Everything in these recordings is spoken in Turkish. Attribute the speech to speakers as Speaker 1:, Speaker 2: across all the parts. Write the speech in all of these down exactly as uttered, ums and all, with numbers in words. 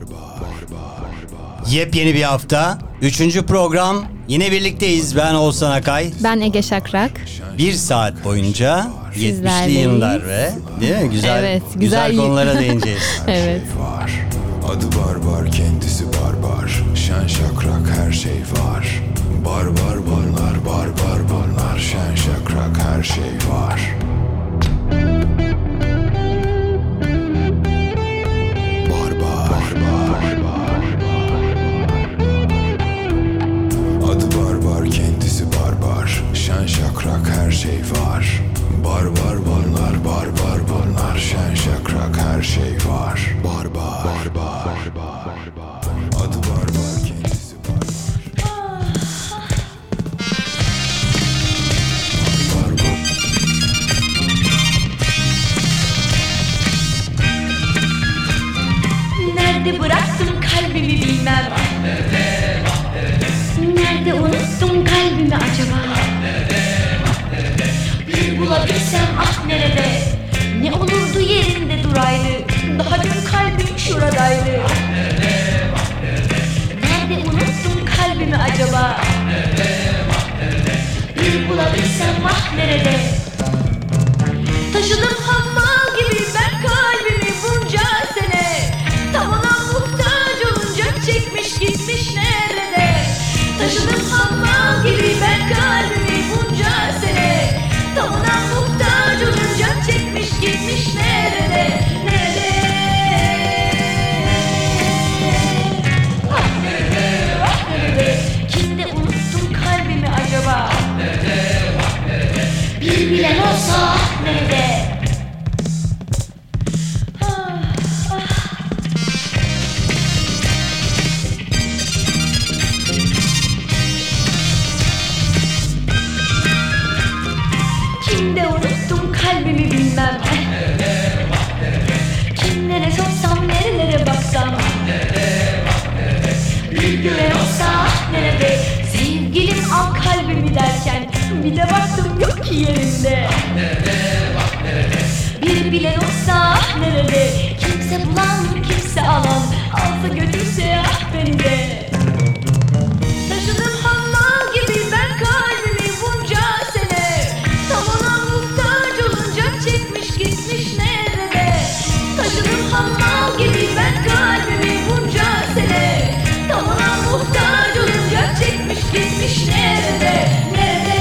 Speaker 1: Yepyeni bir hafta, üçüncü program. Yine birlikteyiz. Ben Oğuzhan Akay.
Speaker 2: Ben Ege Şakrak.
Speaker 1: Bir saat boyunca yetmişli yıllar ve değil mi? Güzel,
Speaker 2: evet,
Speaker 1: güzel, güzel konulara değineceğiz.
Speaker 2: Evet.
Speaker 3: Adı barbar, kendisi barbar. Şen şakrak her şey var. Barbar bunlar, barbar bunlar. Şen şakrak her şey var. Şen şakrak her şey var. Barbar bunlar, barbar bunlar. Şen şakrak her şey var. Barbar, barbar, barbar. Adı barbar, kendisi barbar. Barbar.
Speaker 4: Nerede bıraktım kalbimi bilmem. Nerede unuttum kalbimi acaba? Bulabilsem ah nerede? Ne olurdu yerinde duraydı. Daha dün kalbim şuradaydı. Nerede unuttum kalbimi acaba? Bir bulabilsem ah nerede? Taşıdım hammal gibi ben kalbimi bunca sene. Tam ona muhtaç olunca çekmiş gitmiş nerede? Taşıdım hammal gibi ben kalbimi bunca sene. Tam ona muhtaç olunca çekmiş gitmiş nerede? Nerede? Ah nerede? Ah nerede? Kimde unuttum kalbimi acaba? Ah nerede? Ah nerede? Bir bilen olsa ah nerede? Kimde unuttum kalbimi bilmem. Kimlere sorsam nerelere baksam. Bir gören olsa nerede? Sevgilim al kalbimi derken bir de baktım yok ki yerinde. Bir bilen olsa nerede? Kimse bulan kimse alan. Alsa götürse ah beni de. Taşıdım hammal gibi ben kalbimi bunca sene. Tam ona muhtaç olunca çekmiş gitmiş nerede? Taşıdım hammal gibi ben kalbimi bunca sene. Tam ona muhtaç olunca çekmiş gitmiş nerede? Nerede?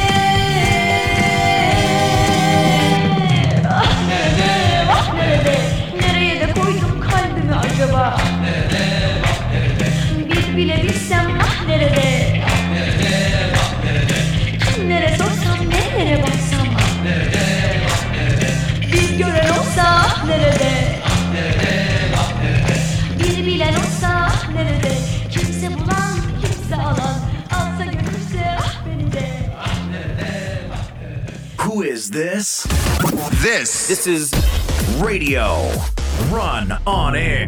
Speaker 4: Ah nerede? Ah nerede? Nereye de koydum kalbimi acaba? Ah nerede? Ah nerede? Bir bile bilsem ah nerede? Ah nerede? Ah nerede? Kimlere sorsam nerelere baksam ah nerede? Ah nerede? Bir gören olsa ah nerede? Ah nerede? Ah nerede? Bir bilen olsa ah nerede? Kimse bulan kimse alan. Alsa götürse ah beni de. Ah nerede? Ah nerede?
Speaker 5: Who is this?
Speaker 6: This
Speaker 5: This is Radio Run on Air.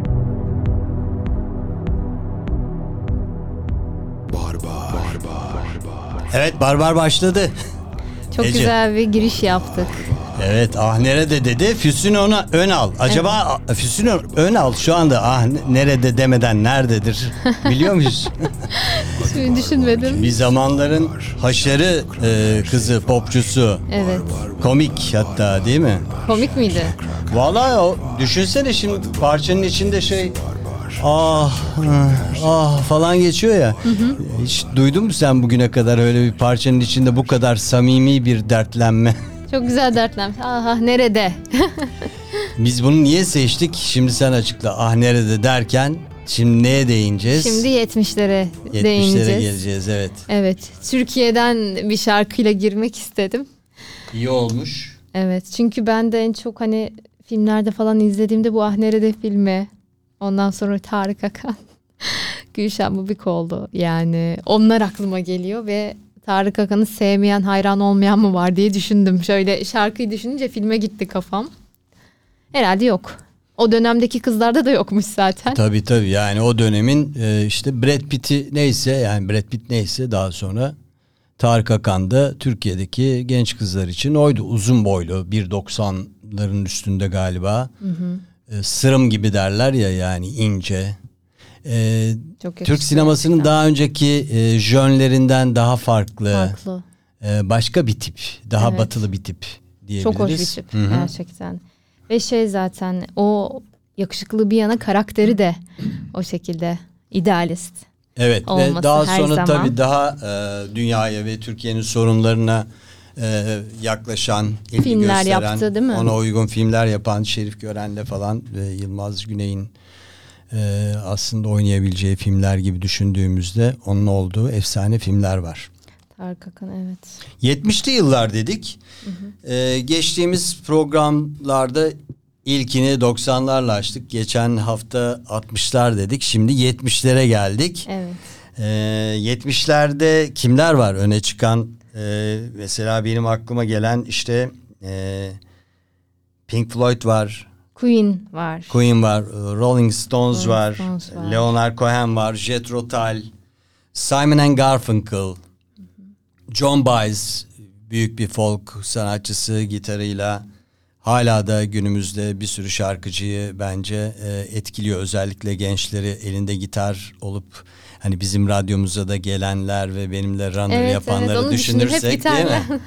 Speaker 3: Barbar, barbar.
Speaker 1: Evet, Barbar başladı.
Speaker 2: Çok
Speaker 1: Ece.
Speaker 2: güzel bir giriş yaptık.
Speaker 1: Evet, ah nerede dedi. Füsun ona Önal. Acaba evet. Füsun Önal şu anda ah nerede demeden nerededir? Biliyor muyuz?
Speaker 2: Hiç düşünmedim.
Speaker 1: Bir zamanların haşarı e, kızı, popçusu.
Speaker 2: Evet.
Speaker 1: Komik hatta değil mi?
Speaker 2: Komik miydi?
Speaker 1: Vallahi o düşünsene şimdi parçanın içinde şey ah ah falan geçiyor ya. Hı hı. Hiç duydun mu sen bugüne kadar öyle bir parçanın içinde bu kadar samimi bir dertlenme?
Speaker 2: Çok güzel dertlenmiş. Ah nerede?
Speaker 1: Biz bunu niye seçtik? Şimdi sen açıkla. Ah nerede derken şimdi neye değineceğiz?
Speaker 2: Şimdi yetmişlere değineceğiz.
Speaker 1: yetmişlere geleceğiz, evet.
Speaker 2: Evet. Türkiye'den bir şarkıyla girmek istedim.
Speaker 1: İyi olmuş.
Speaker 2: Evet. Çünkü ben de en çok hani filmlerde falan izlediğimde bu Ah Nerede filmi. Ondan sonra Tarık Akan, Gülşen Bubikoğlu. Yani onlar aklıma geliyor ve Tarık Akan'ı sevmeyen, hayran olmayan mı var diye düşündüm. Şöyle şarkıyı düşününce filme gitti kafam. Herhalde yok. O dönemdeki kızlarda da yokmuş zaten.
Speaker 1: Tabii tabii, yani o dönemin e, işte Brad Pitt'i neyse, yani Brad Pitt neyse daha sonra Tarık Akan da Türkiye'deki genç kızlar için oydu. Uzun boylu, bir doksanların üstünde galiba. Hı hı. E, sırım gibi derler ya, yani ince. e,
Speaker 2: Çok
Speaker 1: Türk
Speaker 2: yakışıklı
Speaker 1: sinemasının
Speaker 2: gerçekten.
Speaker 1: daha önceki e, jönlerinden daha farklı,
Speaker 2: Farklı.
Speaker 1: e, başka bir tip, daha
Speaker 2: Evet.
Speaker 1: batılı bir tip diyebiliriz.
Speaker 2: Çok hoş bir tip
Speaker 1: Hı hı.
Speaker 2: gerçekten. Ve şey zaten o yakışıklı bir yana karakteri de o şekilde idealist.
Speaker 1: Evet ve
Speaker 2: olması
Speaker 1: daha
Speaker 2: her
Speaker 1: sonra
Speaker 2: zaman.
Speaker 1: tabii daha e, dünyaya ve Türkiye'nin sorunlarına e, yaklaşan, ilgi
Speaker 2: Filmler
Speaker 1: gösteren,
Speaker 2: yaptı, değil mi?
Speaker 1: ona uygun filmler yapan Şerif Gören'le falan ve Yılmaz Güney'in e, aslında oynayabileceği filmler gibi düşündüğümüzde onun olduğu efsane filmler var.
Speaker 2: Tarık Akan, evet.
Speaker 1: yetmişli yıllar dedik.
Speaker 2: Hı hı.
Speaker 1: Ee, geçtiğimiz programlarda ilkini doksanlarla açtık. Geçen hafta altmışlar dedik. Şimdi yetmişlere geldik.
Speaker 2: Evet.
Speaker 1: Ee, yetmişlerde kimler var öne çıkan? Ee, mesela benim aklıma gelen işte e, Pink Floyd var.
Speaker 2: Queen var.
Speaker 1: Queen var. Rolling Stones
Speaker 2: Rolling
Speaker 1: var.
Speaker 2: Stones var.
Speaker 1: Leonard Cohen var. Jethro Tull. Simon and Garfunkel. John Baez, büyük bir folk sanatçısı, gitarıyla hala da günümüzde bir sürü şarkıcıyı bence e, etkiliyor. Özellikle gençleri elinde gitar olup hani bizim radyomuza da gelenler ve benimle runner
Speaker 2: Evet,
Speaker 1: yapanları
Speaker 2: evet, onu düşündüm. Hep
Speaker 1: düşünürsek değil
Speaker 2: gitarla.
Speaker 1: mi?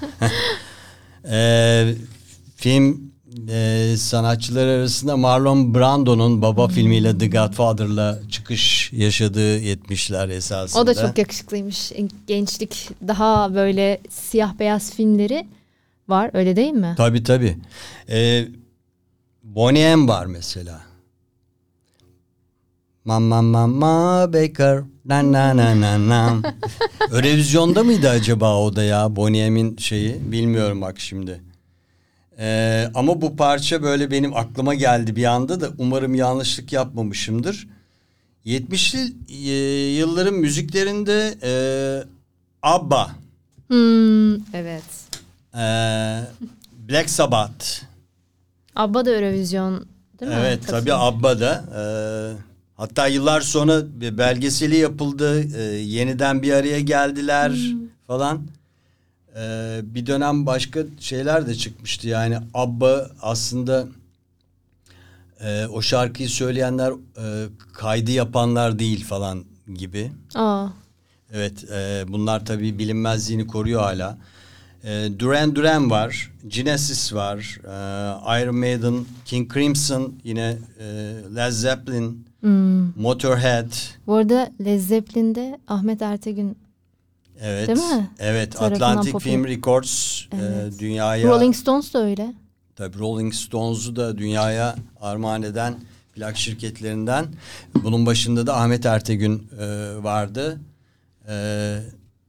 Speaker 1: e, film e, sanatçıları arasında Marlon Brando'nun Baba
Speaker 2: Hmm.
Speaker 1: filmiyle The Godfather'la çıkış yaşadığı yetmişler esasında.
Speaker 2: O da çok yakışıklıymış. Gençlik daha böyle siyah beyaz filmleri var, öyle değil mi?
Speaker 1: Tabii tabii. Ee, Bonnie M var mesela. Mama mama Baker na na na na na. Eurovizyonda mıydı acaba o da ya Bonnie M'in şeyi bilmiyorum bak şimdi. Ee, ama bu parça böyle benim aklıma geldi bir anda da umarım yanlışlık yapmamışımdır. yetmişli e, yılların müziklerinde e, ABBA,
Speaker 2: Hmm, evet.
Speaker 1: e, Black Sabbath.
Speaker 2: ABBA da Eurovision değil mi?
Speaker 1: Evet
Speaker 2: Katılıyor.
Speaker 1: tabii ABBA'da. E, hatta yıllar sonra bir belgeseli yapıldı. E, yeniden bir araya geldiler
Speaker 2: Hmm.
Speaker 1: falan. E, bir dönem başka şeyler de çıkmıştı. Yani ABBA aslında e, o şarkıyı söyleyenler e, kaydı yapanlar değil falan gibi.
Speaker 2: Aa,
Speaker 1: Evet, e, bunlar tabii bilinmezliğini koruyor hala. E, Duran Duran var, Genesis var, e, Iron Maiden, King Crimson, yine e, Led Zeppelin,
Speaker 2: hmm.
Speaker 1: Motorhead.
Speaker 2: Bu arada Led Zeppelin'de Ahmet Ertegün,
Speaker 1: Evet,
Speaker 2: değil mi?
Speaker 1: evet.
Speaker 2: Tarafından
Speaker 1: Atlantic
Speaker 2: popüler.
Speaker 1: Film Records
Speaker 2: Evet.
Speaker 1: e, dünyaya,
Speaker 2: Rolling Stones da öyle.
Speaker 1: tabii Rolling Stones'u da dünyaya armağan eden plak şirketlerinden. Bunun başında da Ahmet Ertegün e, vardı. E,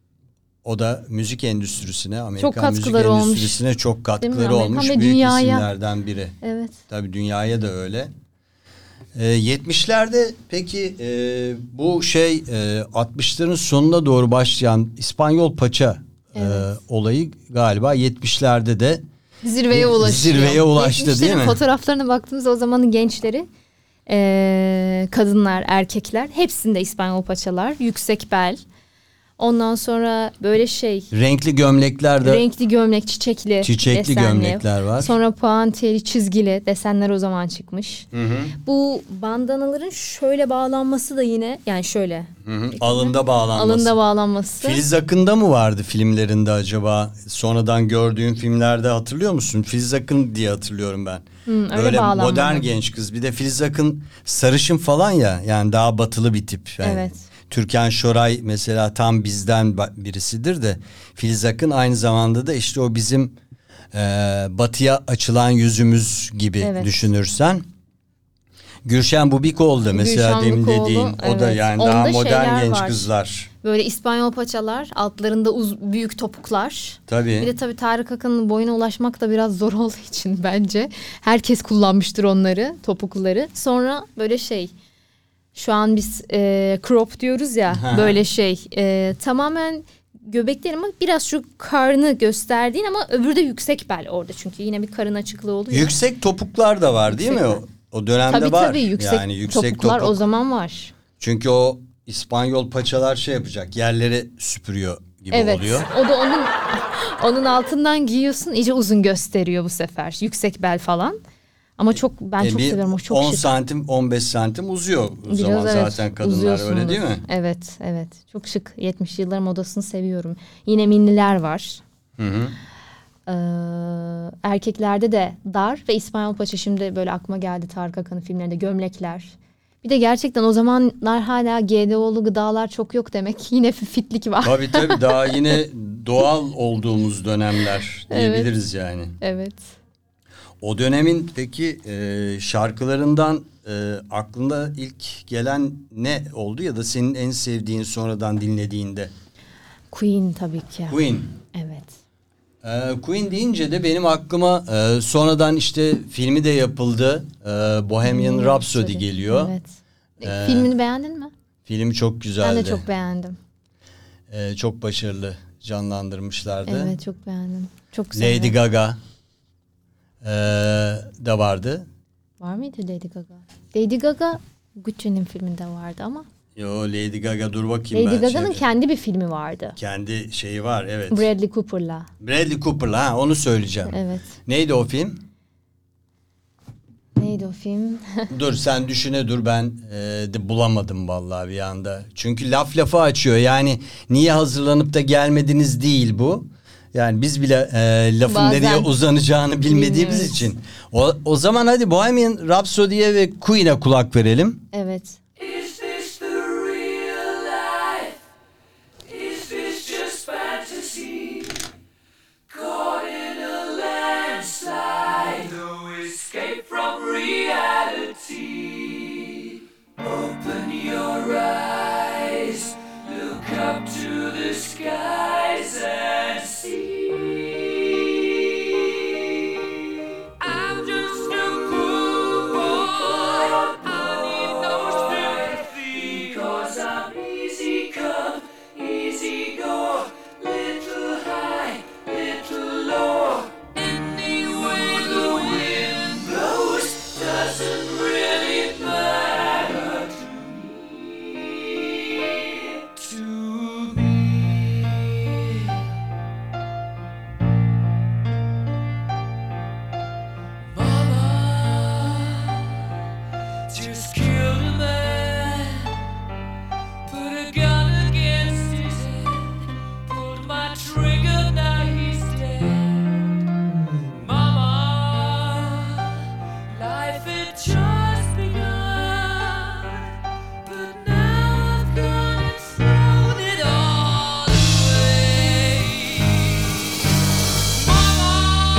Speaker 1: O da müzik endüstrisine, Amerikan
Speaker 2: Çok
Speaker 1: müzik
Speaker 2: katkıları olmuş.
Speaker 1: endüstrisine çok katkıları
Speaker 2: Amerikan
Speaker 1: olmuş.
Speaker 2: ve
Speaker 1: Büyük
Speaker 2: dünyaya.
Speaker 1: isimlerden biri.
Speaker 2: Evet.
Speaker 1: Tabii dünyaya da öyle. Ee, yetmişlerde peki e, bu şey e, altmışların sonuna doğru başlayan İspanyol paça e,
Speaker 2: Evet.
Speaker 1: olayı galiba yetmişlerde de
Speaker 2: Zirveye ulaşıyor.
Speaker 1: Zirveye ulaştı, değil
Speaker 2: yetmişlerin
Speaker 1: mi?
Speaker 2: fotoğraflarına baktığımızda o zamanın gençleri, eee, kadınlar, erkekler hepsinde İspanyol paçalar, yüksek bel. Ondan sonra böyle şey
Speaker 1: renkli gömlekler de
Speaker 2: renkli gömlek, çiçekli,
Speaker 1: çiçekli
Speaker 2: desenli.
Speaker 1: gömlekler var.
Speaker 2: Sonra puantiyeli, çizgili desenler o zaman çıkmış.
Speaker 1: Hı hı.
Speaker 2: Bu bandanaların şöyle bağlanması da yine, yani şöyle
Speaker 1: Hı hı. Alında bağlanması.
Speaker 2: alında bağlanması.
Speaker 1: Filiz Akın'da mı vardı filmlerinde acaba? Sonradan gördüğün filmlerde hatırlıyor musun? Filiz Akın diye hatırlıyorum ben.
Speaker 2: Hı, öyle
Speaker 1: Böyle
Speaker 2: bağlanmalı.
Speaker 1: modern genç kız. Bir de Filiz Akın sarışın falan ya. Yani daha batılı bir tip. Yani
Speaker 2: Evet.
Speaker 1: Türkan Şoray mesela tam bizden ba- birisidir de Filiz Akın aynı zamanda da işte o bizim e, batıya açılan yüzümüz gibi
Speaker 2: Evet.
Speaker 1: düşünürsen. Gülşen Bubikoğlu da mesela
Speaker 2: Gülşen
Speaker 1: demin
Speaker 2: Bubikoğlu,
Speaker 1: dediğin o da
Speaker 2: evet.
Speaker 1: yani
Speaker 2: Onda
Speaker 1: daha modern
Speaker 2: şeyler
Speaker 1: genç
Speaker 2: var.
Speaker 1: kızlar.
Speaker 2: Böyle İspanyol paçalar, altlarında uz büyük topuklar.
Speaker 1: Tabii.
Speaker 2: Bir de tabii Tarık Akan'ın boyuna ulaşmak da biraz zor olduğu için bence herkes kullanmıştır onları, topukluları. Sonra böyle şey, şu an biz e, crop diyoruz ya, böyle şey e, tamamen göbeklerin ama biraz şu karnı gösterdiğin ama öbürü de yüksek bel orada, çünkü yine bir karın açıklığı oluyor.
Speaker 1: Yüksek topuklar da var değil mi?
Speaker 2: Yüksek
Speaker 1: O, o dönemde
Speaker 2: tabii
Speaker 1: var.
Speaker 2: tabii yüksek,
Speaker 1: yani yüksek
Speaker 2: topuklar
Speaker 1: topuk.
Speaker 2: o zaman var.
Speaker 1: Çünkü o İspanyol paçalar şey yapacak. Yerleri süpürüyor gibi
Speaker 2: Evet.
Speaker 1: oluyor.
Speaker 2: O da onun onun altından giyiyorsun, iyice uzun gösteriyor bu sefer. Yüksek bel falan. Ama çok ben
Speaker 1: E,
Speaker 2: çok
Speaker 1: bir
Speaker 2: seviyorum. O çok
Speaker 1: on
Speaker 2: şık.
Speaker 1: santim on beş santim uzuyor o
Speaker 2: Biraz
Speaker 1: zaman
Speaker 2: evet,
Speaker 1: zaten kadınlar,
Speaker 2: uzuyorsundur.
Speaker 1: öyle değil mi?
Speaker 2: Evet, evet. Çok şık. yetmişli yılların modasını seviyorum. Yine miniler var.
Speaker 1: Hı hı.
Speaker 2: Ee, erkeklerde de dar ve İsmail Paşa, şimdi böyle aklıma geldi Tarık Akan'ın filmlerinde gömlekler. Bir de gerçekten o zamanlar hala G D O'lu gıdalar çok yok demek. Yine fitlik var.
Speaker 1: Tabii tabii, daha yine doğal olduğumuz dönemler diyebiliriz yani.
Speaker 2: Evet.
Speaker 1: O dönemin peki e, şarkılarından e, aklında ilk gelen ne oldu ya da senin en sevdiğin sonradan dinlediğinde?
Speaker 2: Queen tabii ki.
Speaker 1: Queen.
Speaker 2: Evet.
Speaker 1: E, Queen deyince de benim aklıma e, sonradan işte filmi de yapıldı. E, Bohemian
Speaker 2: Hmm,
Speaker 1: Rhapsody
Speaker 2: tabii.
Speaker 1: geliyor.
Speaker 2: Evet.
Speaker 1: Ee,
Speaker 2: Filmini beğendin mi?
Speaker 1: Film çok güzeldi.
Speaker 2: Ben de çok beğendim.
Speaker 1: E, çok başarılı canlandırmışlardı.
Speaker 2: Evet, çok beğendim. Çok güzel.
Speaker 1: Lady Gaga e, da vardı.
Speaker 2: Var mıydı Lady Gaga? Lady Gaga Gucci'nin filminde vardı ama.
Speaker 1: Yo, Lady Gaga, dur bakayım
Speaker 2: Lady
Speaker 1: ben.
Speaker 2: Gaga'nın
Speaker 1: şeyde.
Speaker 2: kendi bir filmi vardı.
Speaker 1: Kendi şeyi var, evet.
Speaker 2: Bradley Cooper'la.
Speaker 1: Bradley Cooper'la, ha, onu söyleyeceğim.
Speaker 2: Evet.
Speaker 1: Neydi o film?
Speaker 2: Neydi o film?
Speaker 1: Dur sen düşüne dur, ben e, de bulamadım vallahi bir anda. Çünkü laf lafı açıyor. Yani niye hazırlanıp da gelmediniz değil bu. Yani biz bile e, lafın
Speaker 2: Bazen
Speaker 1: nereye uzanacağını bilmediğimiz
Speaker 2: bilmiyoruz.
Speaker 1: için. O, o zaman hadi Bohemian Rhapsody'ye ve Queen'e kulak verelim.
Speaker 2: Evet.
Speaker 6: Is this the real life? Is this just fantasy? Caught in a landslide, no escape from reality. Open your eyes, look up to the skies and see. I'm just a poor boy, I need no sympathy, 'cause I'm easy come, easy go, little high, little low. Any way the wind blows doesn't really matter to me, to me. Mama just killed a man, put a gun against his head, pulled my trigger, now he's dead. Mama, life had just begun, but now I've gone and thrown it all away. Mama,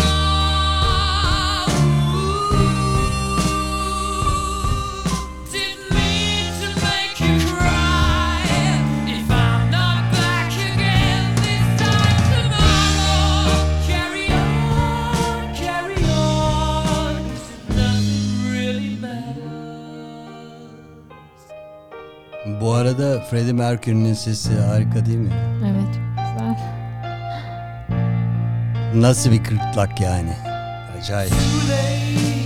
Speaker 6: didn't mean to make you cry. If I'm not back again this time tomorrow, carry on, carry on, 'cause nothing really matters.
Speaker 1: Bu arada Freddie Mercury'nin sesi harika değil mi?
Speaker 2: Evet, çok güzel.
Speaker 1: Nasıl bir kırtlak yani. Acayip.
Speaker 6: Too late,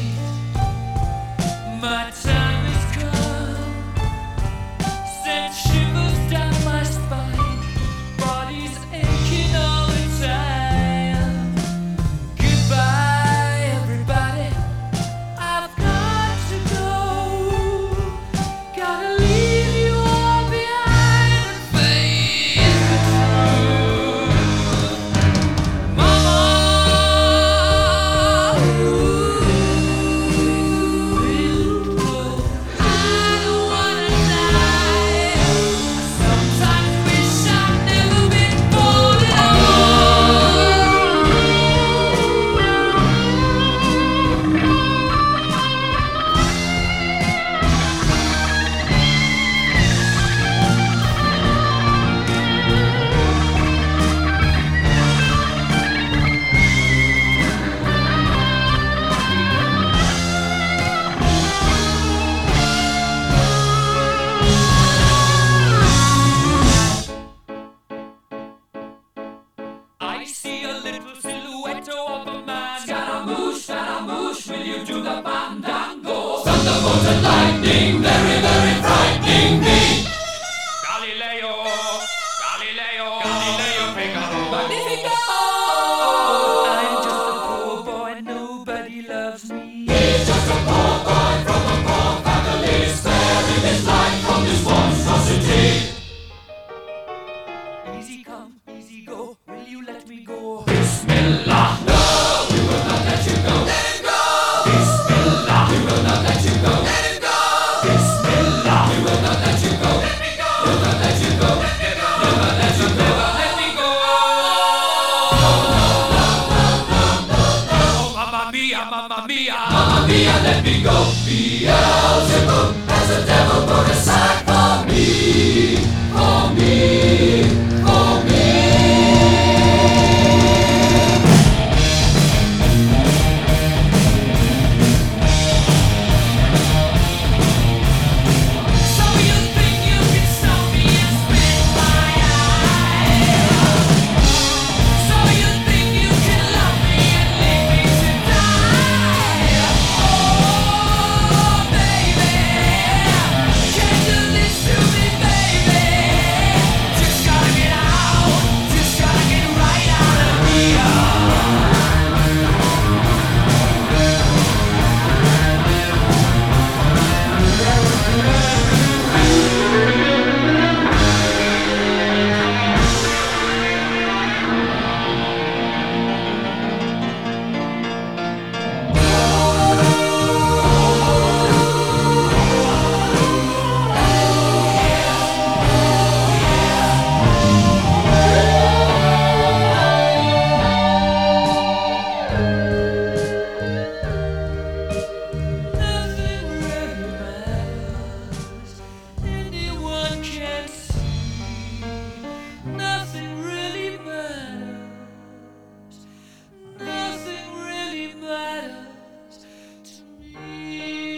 Speaker 6: my time has come. Sent shivers down my spine, body's aching all the time. Goodbye, everybody, I've got to go. Gotta leave you all behind and face the truth. Mama, I don't wanna die. Sometimes wish I'd never been born at I see a little silhouette of a man. Scaramouche, Scaramouche, will you do the fandango? Thunderbolt and lightning, very, very frightening me. Galileo, Galileo, Galileo Figaro. Magnifico! I'm just a poor boy, nobody loves me. He's just a this monstrosity. Easy come, easy go, will you let me go? Bismillah, no, we will not let you go. Let him go. Bismillah, we will not let you go. Let him go. Bismillah, we will not let you go. Let me go. We'll not let you go. Let me go. We'll not let you go. Let me go. No, no, no, no, no, no, no. Oh, mamma mia, mamma mia, mamma mia, let me go. Beelzebub has a devil put aside for me, for me, for me. So you think you can stop me and spit my eye? So you think you can love me and leave me to die? Oh, baby, can't do this to me, baby. Just gotta get out, just gotta get right out of here. Nothing really matters. Anyone can see. Nothing really matters. Nothing really matters to me.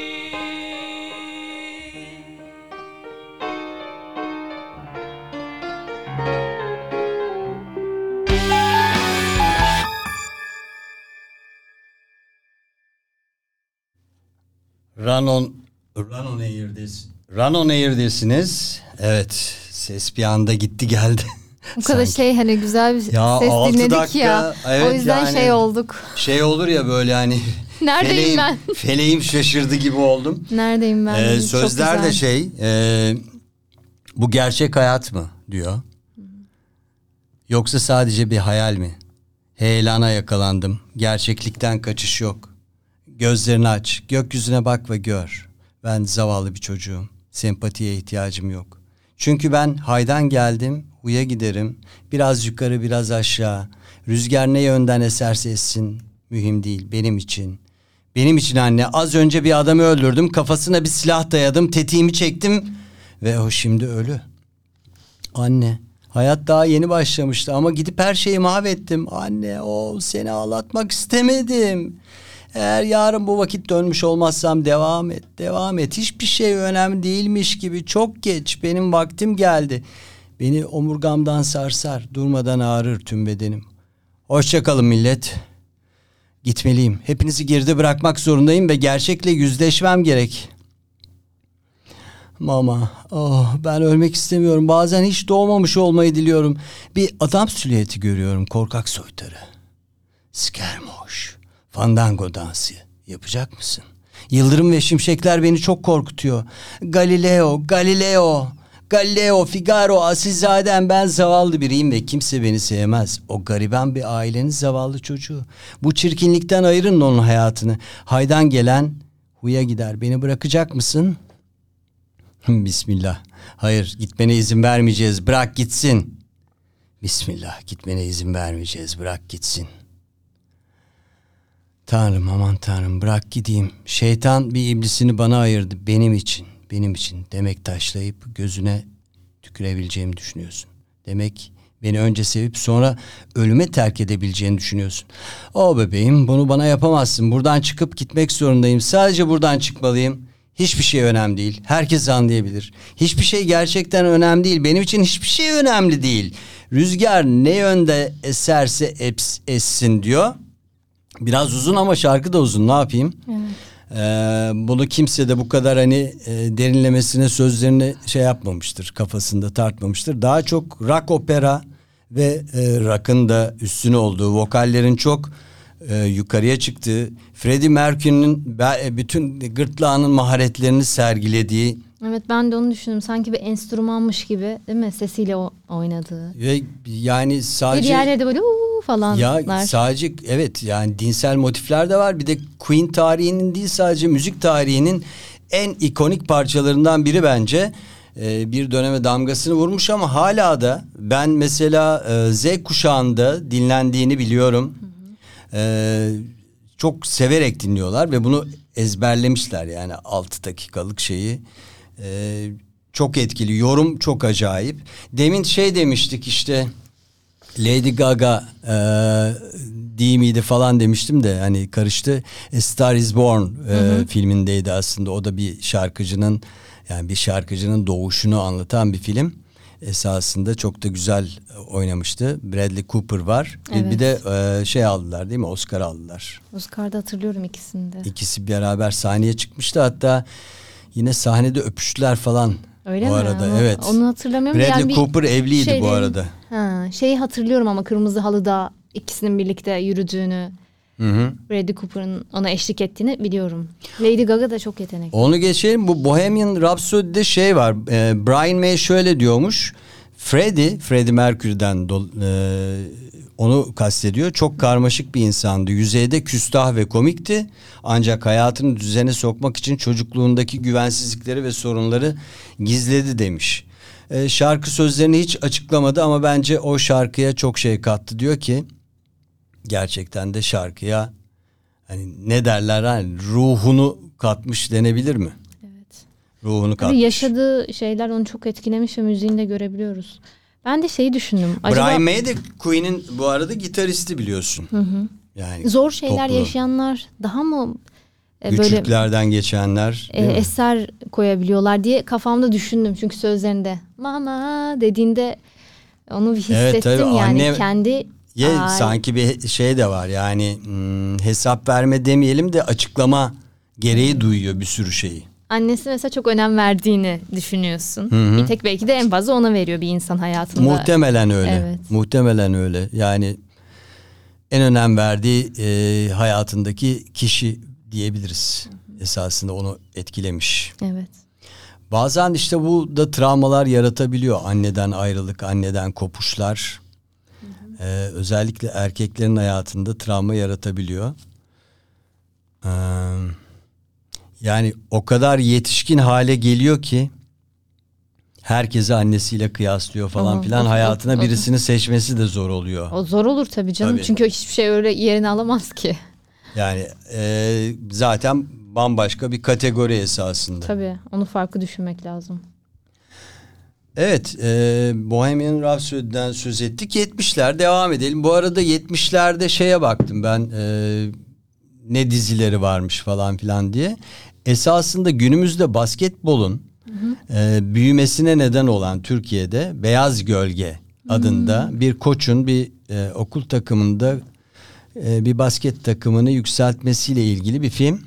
Speaker 1: Run on, Run on Air'desin. Run on Air'desiniz. Evet, ses bir anda gitti geldi.
Speaker 2: Bu kadar
Speaker 1: Sanki.
Speaker 2: şey hani güzel bir
Speaker 1: Ya
Speaker 2: ses
Speaker 1: altı
Speaker 2: dinledik
Speaker 1: dakika,
Speaker 2: ya.
Speaker 1: evet
Speaker 2: o yüzden
Speaker 1: yani.
Speaker 2: şey olduk.
Speaker 1: Şey olur ya böyle hani.
Speaker 2: Neredeyim
Speaker 1: feleğim,
Speaker 2: ben?
Speaker 1: Feleğim şaşırdı gibi oldum.
Speaker 2: Neredeyim ben?
Speaker 1: Ee,
Speaker 2: dedim. Çok
Speaker 1: sözler de
Speaker 2: güzel.
Speaker 1: şey, e, bu gerçek hayat mı diyor. Yoksa sadece bir hayal mi? Heyelana yakalandım. Gerçeklikten kaçış yok. Gözlerini aç, gökyüzüne bak ve gör. Ben zavallı bir çocuğum. Sempatiye ihtiyacım yok. Çünkü ben haydan geldim, huya giderim. Biraz yukarı, biraz aşağı. Rüzgar ne yönden eserse essin. Mühim değil, benim için. Benim için anne, az önce bir adamı öldürdüm. Kafasına bir silah dayadım, tetiğimi çektim. Ve o şimdi ölü. Anne, hayat daha yeni başlamıştı ama gidip her şeyi mahvettim. Anne, o seni ağlatmak istemedim. Eğer yarın bu vakit dönmüş olmazsam devam et, devam et. Hiçbir şey önemli değilmiş gibi. Çok geç, benim vaktim geldi. Beni omurgamdan sarsar, durmadan ağrır tüm bedenim. Hoşça kalın millet. Gitmeliyim. Hepinizi geride bırakmak zorundayım ve gerçekle yüzleşmem gerek. Mama, oh, ben ölmek istemiyorum. Bazen hiç doğmamış olmayı diliyorum. Bir adam silüeti görüyorum, korkak soytarı. Skermoş, fandango dansı yapacak mısın? Yıldırım ve şimşekler beni çok korkutuyor. Galileo, Galileo, Galileo, Figaro, asilzadem, ben zavallı biriyim ve kimse beni sevmez. O gariban bir ailenin zavallı çocuğu. Bu çirkinlikten ayırın onun hayatını. Haydan gelen huya gider. Beni bırakacak mısın? Bismillah. Hayır, gitmene izin vermeyeceğiz. Bırak gitsin. Bismillah, gitmene izin vermeyeceğiz. Bırak gitsin. Tanrım, aman Tanrım, bırak gideyim. Şeytan bir iblisini bana ayırdı. Benim için, benim için. Demek taşlayıp gözüne tükürebileceğimi düşünüyorsun. Demek beni önce sevip sonra ölüme terk edebileceğini düşünüyorsun. O bebeğim, bunu bana yapamazsın. Buradan çıkıp gitmek zorundayım. Sadece buradan çıkmalıyım. Hiçbir şey önemli değil. Herkes anlayabilir. Hiçbir şey gerçekten önemli değil. Benim için hiçbir şey önemli değil. Rüzgar ne yönde eserse eps, essin diyor. Biraz uzun ama şarkı da uzun. Ne yapayım?
Speaker 2: Evet.
Speaker 1: Ee, bunu kimse de bu kadar hani e, derinlemesine sözlerini şey yapmamıştır. Kafasında tartmamıştır. Daha çok rock opera ve e, rock'ın da üstüne olduğu, vokallerin çok e, yukarıya çıktığı, Freddie Mercury'nin bütün gırtlağının maharetlerini sergilediği
Speaker 2: Evet, ben de onu düşündüm. Sanki bir enstrümanmış gibi, değil mi? Sesiyle o oynadığı.
Speaker 1: Ve yani
Speaker 2: Bir
Speaker 1: sadece
Speaker 2: yerlerde böyle uuu falanlar.
Speaker 1: ya sadece evet yani dinsel motifler de var. Bir de Queen tarihinin değil, sadece müzik tarihinin en ikonik parçalarından biri bence. Ee, bir döneme damgasını vurmuş ama hala da ben mesela e, Z kuşağında dinlendiğini biliyorum. Hı hı. Ee, çok severek dinliyorlar ve bunu ezberlemişler, yani altı dakikalık şeyi. Ee, çok etkili, yorum çok acayip. Demin şey demiştik işte, Lady Gaga e, değil miydi falan demiştim de hani karıştı. A Star Is Born e, hı hı. filmindeydi aslında. O da bir şarkıcının, yani bir şarkıcının doğuşunu anlatan bir film. Esasında çok da güzel oynamıştı. Bradley Cooper var. Evet. Bir de e, şey aldılar değil mi? Oscar aldılar.
Speaker 2: Oscar'da hatırlıyorum ikisini de. İkisi
Speaker 1: beraber sahneye çıkmıştı. Hatta yine sahnede öpüştüler falan.
Speaker 2: Öyle
Speaker 1: bu
Speaker 2: mi?
Speaker 1: arada
Speaker 2: Onu,
Speaker 1: evet.
Speaker 2: Onu hatırlamıyorum.
Speaker 1: Bradley
Speaker 2: yani
Speaker 1: Cooper evliydi şeyleri, bu arada.
Speaker 2: Ha, şeyi hatırlıyorum ama kırmızı halıda ikisinin birlikte yürüdüğünü. Hı hı. Bradley Cooper'ın ona eşlik ettiğini biliyorum. Lady Gaga da çok yetenekli.
Speaker 1: Onu geçelim. Bu Bohemian Rhapsody'de şey var. E, Brian May şöyle diyormuş. Freddie, Freddie Mercury'den do, e, onu kastediyor. Çok karmaşık bir insandı. Yüzeyde küstah ve komikti. Ancak hayatını düzene sokmak için çocukluğundaki güvensizlikleri ve sorunları gizledi demiş. E, şarkı sözlerini hiç açıklamadı ama bence o şarkıya çok şey kattı. Diyor ki gerçekten de şarkıya hani ne derler, hani ruhunu katmış denebilir mi?
Speaker 2: Evet.
Speaker 1: Ruhunu katmış.
Speaker 2: Tabii yaşadığı şeyler onu çok etkilemiş ve müziğini de görebiliyoruz. Ben de şeyi düşündüm.
Speaker 1: Acaba... Brian May de Queen'in bu arada gitaristi biliyorsun.
Speaker 2: Hı hı.
Speaker 1: Yani
Speaker 2: zor şeyler
Speaker 1: toplu.
Speaker 2: yaşayanlar daha mı
Speaker 1: e, böyle güçlüklerden geçenler
Speaker 2: e, eser koyabiliyorlar diye kafamda düşündüm. Çünkü sözlerinde mama dediğinde onu bir hissettim. Evet, tabii, yani anne... kendi
Speaker 1: Ya Ay. sanki bir şey de var yani hmm, hesap verme demeyelim de açıklama gereği duyuyor bir sürü şeyi.
Speaker 2: Annesi mesela çok önem verdiğini düşünüyorsun. Hı hı. Bir tek belki de en fazla ona veriyor bir insan hayatında.
Speaker 1: Muhtemelen öyle.
Speaker 2: Evet.
Speaker 1: Muhtemelen öyle. Yani en önem verdiği e, hayatındaki kişi diyebiliriz. Hı hı. Esasında onu etkilemiş.
Speaker 2: Evet.
Speaker 1: Bazen işte bu da travmalar yaratabiliyor. Anneden ayrılık, anneden kopuşlar. Ee, özellikle erkeklerin hayatında travma yaratabiliyor. Ee, yani o kadar yetişkin hale geliyor ki herkesi annesiyle kıyaslıyor falan filan. Hayatına o, o, birisini seçmesi de zor oluyor.
Speaker 2: O zor olur tabii canım. Tabii. Çünkü hiçbir şey öyle yerini alamaz ki.
Speaker 1: Yani e, zaten bambaşka bir kategori esasında.
Speaker 2: Tabii, onu farklı düşünmek lazım.
Speaker 1: Evet, e, Bohemian Rhapsody'den söz ettik. yetmişler devam edelim. Bu arada yetmişlerde şeye baktım ben, e, ne dizileri varmış falan filan diye. Esasında günümüzde basketbolun hı hı. E, büyümesine neden olan Türkiye'de Beyaz Gölge adında hı. bir koçun bir e, okul takımında e, bir basket takımını yükseltmesiyle ilgili bir film.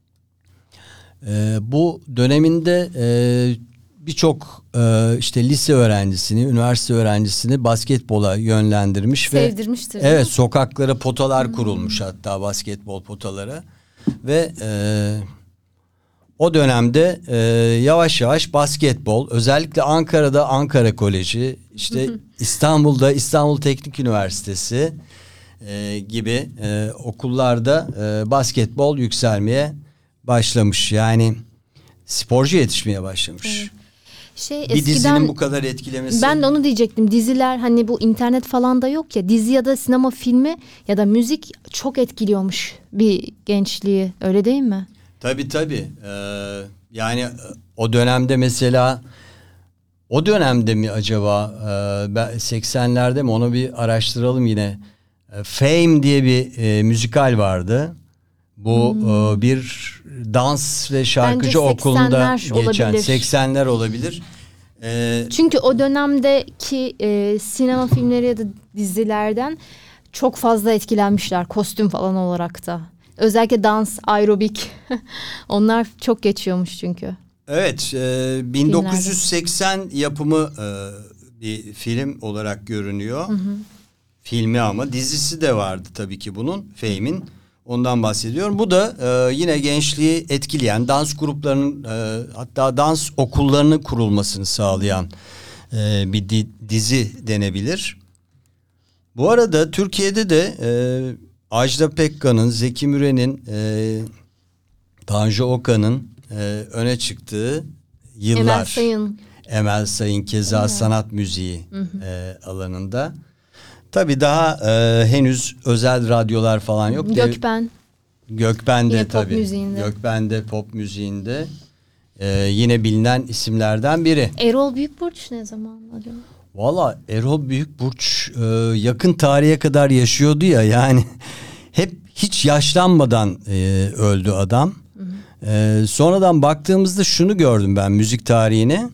Speaker 1: E, bu döneminde e, birçok e, işte lise öğrencisini, üniversite öğrencisini basketbola yönlendirmiş.
Speaker 2: Sevdirmiştir.
Speaker 1: Ve evet, sokaklara potalar hmm. kurulmuş, hatta basketbol potaları ve e, o dönemde e, yavaş yavaş basketbol, özellikle Ankara'da Ankara Koleji, işte İstanbul'da İstanbul Teknik Üniversitesi e, gibi e, okullarda e, basketbol yükselmeye başlamış. Yani sporcu yetişmeye başlamış. Evet.
Speaker 2: Şey,
Speaker 1: bir
Speaker 2: eskiden,
Speaker 1: dizinin bu kadar etkilemesi.
Speaker 2: Ben de onu diyecektim. Diziler, hani bu internet falan da yok ya. Dizi ya da sinema filmi ya da müzik çok etkiliyormuş bir gençliği. Öyle değil mi?
Speaker 1: Tabii tabii. Ee, yani o dönemde mesela o dönemde mi acaba e, seksenlerde mi, onu bir araştıralım yine. E, Fame diye bir e, müzikal vardı. Bu hmm. e, bir dans ve şarkıcı okulunda geçen olabilir. seksenler olabilir.
Speaker 2: Ee, Çünkü o dönemdeki e, sinema filmleri ya da dizilerden çok fazla etkilenmişler kostüm falan olarak da. Özellikle dans, aerobik onlar çok geçiyormuş çünkü.
Speaker 1: Evet, e, bin dokuz yüz seksen filmlerde. Yapımı e, bir film olarak görünüyor. Hı hı. Filmi ama dizisi de vardı tabii ki bunun, Fame'in. Ondan bahsediyorum. Bu da e, yine gençliği etkileyen, dans gruplarının e, hatta dans okullarının kurulmasını sağlayan e, bir di, dizi denebilir. Bu arada Türkiye'de de e, Ajda Pekkan'ın, Zeki Müren'in, e, Tanju Okan'ın e, öne çıktığı yıllar.
Speaker 2: Emel Sayın.
Speaker 1: Emel Sayın keza evet. sanat müziği e, alanında. Tabii daha e, henüz özel radyolar falan yok.
Speaker 2: Gökben.
Speaker 1: Gökben de
Speaker 2: yine
Speaker 1: tabii.
Speaker 2: Pop müziğinde.
Speaker 1: Gökben de pop müziğinde. E, yine bilinen isimlerden biri.
Speaker 2: Erol Büyükburç ne zaman acaba?
Speaker 1: Valla Erol Büyükburç e, yakın tarihe kadar yaşıyordu ya, yani hep hiç yaşlanmadan e, öldü adam. Hı hı. E, sonradan baktığımızda şunu gördüm ben müzik tarihine.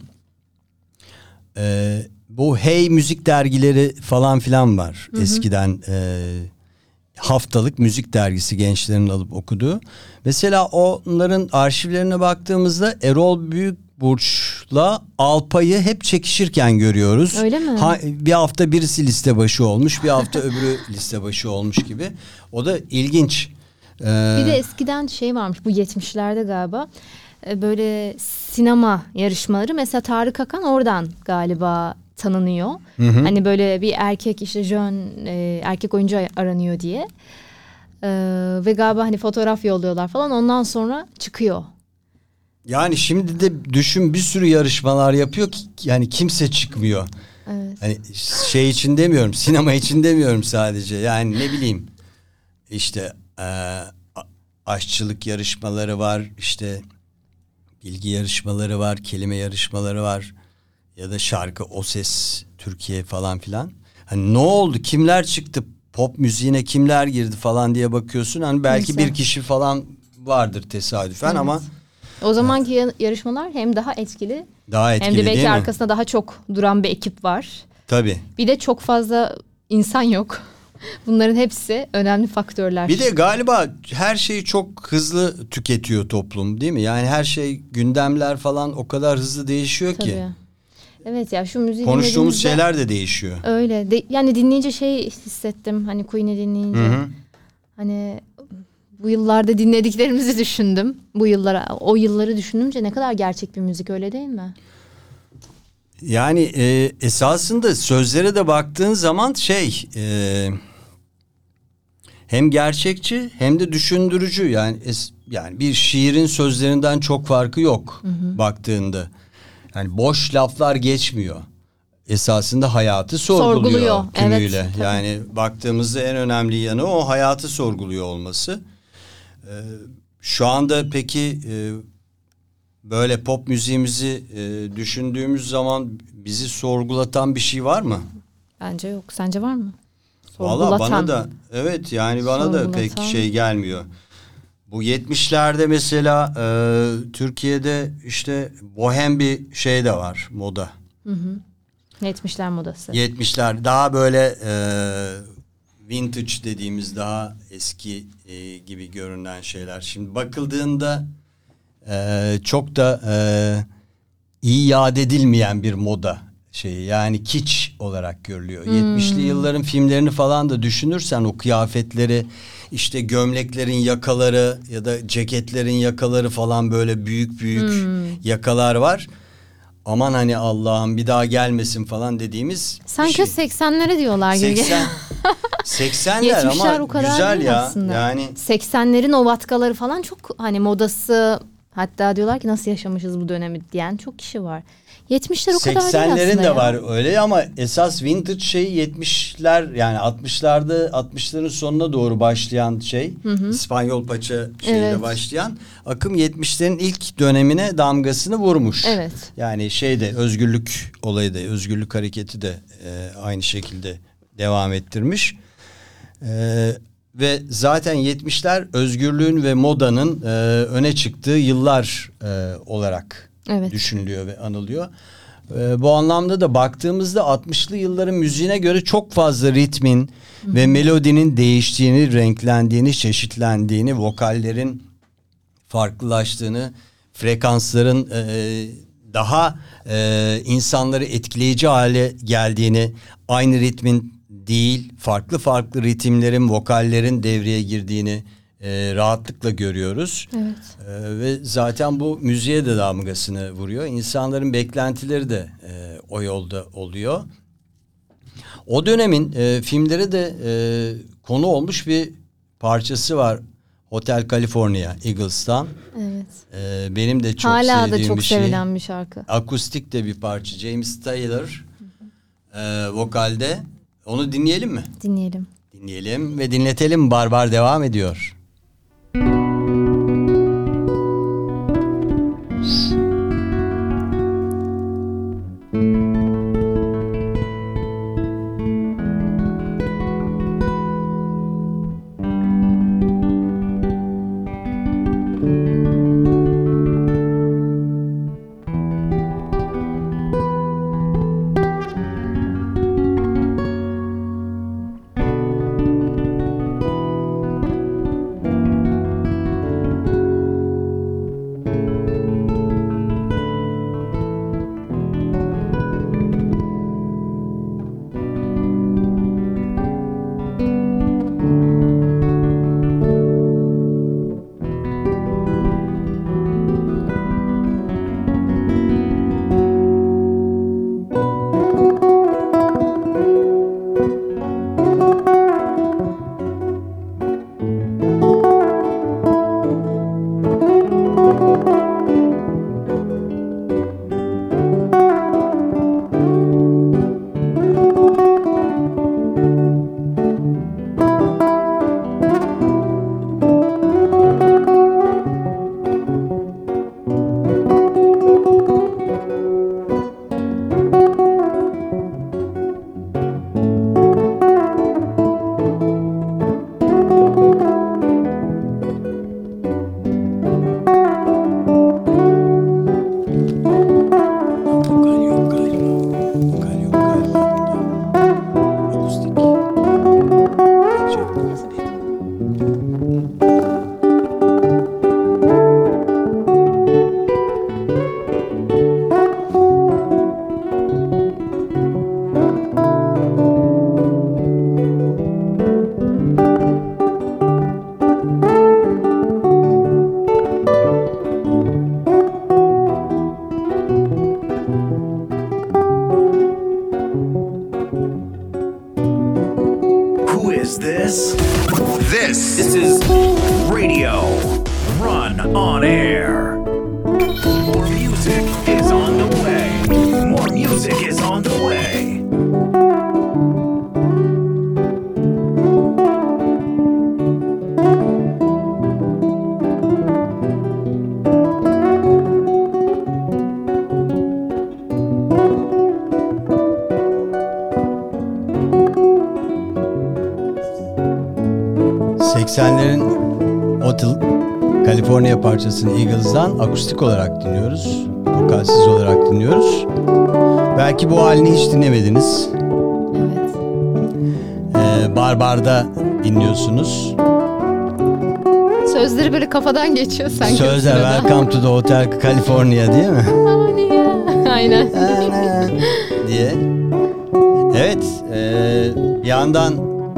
Speaker 1: E, bu Hey müzik dergileri falan filan var. Hı hı. Eskiden e, haftalık müzik dergisi gençlerin alıp okuduğu. Mesela onların arşivlerine baktığımızda Erol Büyükburç'la Alpay'ı hep çekişirken görüyoruz.
Speaker 2: Öyle mi?
Speaker 1: Ha, bir hafta birisi liste başı olmuş, bir hafta öbürü liste başı olmuş gibi. O da ilginç. Ee,
Speaker 2: bir de eskiden şey varmış bu yetmişlerde galiba. Böyle sinema yarışmaları. Mesela Tarık Akan oradan galiba tanınıyor. Hı hı. Hani böyle bir erkek işte jön e, erkek oyuncu aranıyor diye. Ee, ve galiba hani fotoğraf yolluyorlar falan, ondan sonra çıkıyor.
Speaker 1: Yani şimdi de düşün, bir sürü yarışmalar yapıyor ki yani kimse çıkmıyor.
Speaker 2: Evet.
Speaker 1: Hani şey için demiyorum, sinema için demiyorum sadece. Yani ne bileyim işte e, aşçılık yarışmaları var, işte bilgi yarışmaları var, kelime yarışmaları var ya da şarkı, O Ses Türkiye falan filan. Hani ne oldu, kimler çıktı, pop müziğine kimler girdi falan diye bakıyorsun. Hani belki
Speaker 2: Mesela.
Speaker 1: bir kişi falan vardır tesadüfen, evet. Ama
Speaker 2: o zamanki evet. yarışmalar hem daha etkili,
Speaker 1: daha etkili,
Speaker 2: hem de belki
Speaker 1: değil mi?
Speaker 2: arkasında daha çok duran bir ekip var.
Speaker 1: Tabii.
Speaker 2: Bir de çok fazla insan yok. Bunların hepsi önemli faktörler.
Speaker 1: Bir de galiba her şeyi çok hızlı tüketiyor toplum, değil mi? Yani her şey, gündemler falan o kadar hızlı değişiyor
Speaker 2: Tabii.
Speaker 1: ki.
Speaker 2: Evet ya, şu müziği
Speaker 1: konuştuğumuz şeyler de değişiyor.
Speaker 2: Öyle. De, yani dinleyince şey hissettim. Hani Queen'i dinleyince. Hı hı. Hani bu yıllarda dinlediklerimizi düşündüm. Bu yıllara, o yılları düşününce ne kadar gerçek bir müzik, öyle değil mi?
Speaker 1: Yani e, esasında sözlere de baktığın zaman şey e, hem gerçekçi hem de düşündürücü. Yani es, yani bir şiirin sözlerinden çok farkı yok, hı hı. baktığında. Yani boş laflar geçmiyor. Esasında hayatı sorguluyor, sorguluyor. Tümüyle. Evet, yani baktığımızda en önemli yanı o, hayatı sorguluyor olması. Ee, şu anda peki e, böyle pop müziğimizi e, düşündüğümüz zaman bizi sorgulatan bir şey var mı?
Speaker 2: Bence yok. Sence var mı?
Speaker 1: Valla bana da evet, yani bana da pek şey gelmiyor. Bu yetmişlerde mesela e, Türkiye'de işte bohem bir şey de var, moda.
Speaker 2: Hı hı. yetmişler modası.
Speaker 1: yetmişler daha böyle e, vintage dediğimiz, daha eski e, gibi görünen şeyler. Şimdi bakıldığında e, çok da e, iyi yad edilmeyen bir moda şeyi, yani kiç olarak görülüyor. Hmm. yetmişli yılların filmlerini falan da düşünürsen, o kıyafetleri, işte gömleklerin yakaları ya da ceketlerin yakaları falan, böyle büyük büyük hmm. yakalar var. Aman hani Allah'ım bir daha gelmesin falan dediğimiz
Speaker 2: sanki şey. seksenlere diyorlar gibi.
Speaker 1: seksen seksenler ama
Speaker 2: o kadar
Speaker 1: güzel ya.
Speaker 2: Aslında.
Speaker 1: Yani
Speaker 2: seksenlerin o vatkaları falan çok hani modası, hatta diyorlar ki nasıl yaşamışız bu dönemi diyen çok kişi var. yetmişler o kadar değil aslında.
Speaker 1: seksenlerin de
Speaker 2: ya.
Speaker 1: var öyle, ama esas vintage şey yetmişler, yani altmışlarda, altmışların sonuna doğru başlayan şey, hı hı. İspanyol paça şeyle evet. başlayan akım yetmişlerin ilk dönemine damgasını vurmuş.
Speaker 2: Evet.
Speaker 1: Yani şeyde özgürlük olayı da, özgürlük hareketi de e, aynı şekilde devam ettirmiş. E, ve zaten yetmişler özgürlüğün ve modanın e, öne çıktığı yıllar e, olarak evet. düşünülüyor ve anılıyor. Ee, bu anlamda da baktığımızda altmışlı yılların müziğine göre çok fazla ritmin Hı-hı. ve melodinin değiştiğini, renklendiğini, çeşitlendiğini, vokallerin farklılaştığını, frekansların e, daha e, insanları etkileyici hale geldiğini, aynı ritmin değil farklı farklı ritimlerin, vokallerin devreye girdiğini e, rahatlıkla görüyoruz.
Speaker 2: Evet.
Speaker 1: E, ve zaten bu müziğe de damgasını vuruyor. İnsanların beklentileri de e, o yolda oluyor. O dönemin e, filmlere de e, konu olmuş bir parçası var. Hotel California, Eagles'tan.
Speaker 2: Evet.
Speaker 1: E, benim de çok
Speaker 2: Hala
Speaker 1: sevdiğim
Speaker 2: da çok
Speaker 1: bir şey.
Speaker 2: sevilen bir şarkı.
Speaker 1: Akustik de bir parça. James Taylor e, vokalde. Onu dinleyelim mi?
Speaker 2: Dinleyelim.
Speaker 1: Dinleyelim ve dinletelim. Barbar devam ediyor.
Speaker 5: is this?
Speaker 3: This
Speaker 5: This is Radio Run on Air. More music is on the way. More music is on the way.
Speaker 1: seksenlerin Hotel California parçasını Eagles'dan akustik olarak dinliyoruz. Vokalsiz olarak dinliyoruz. Belki bu halini hiç dinlemediniz.
Speaker 2: Evet.
Speaker 1: Ee, Barbar'da dinliyorsunuz.
Speaker 2: Sözleri böyle kafadan geçiyor sanki.
Speaker 1: Sözler Welcome to the Hotel California değil mi?
Speaker 2: Aynen.
Speaker 1: diye. Evet, e, bir yandan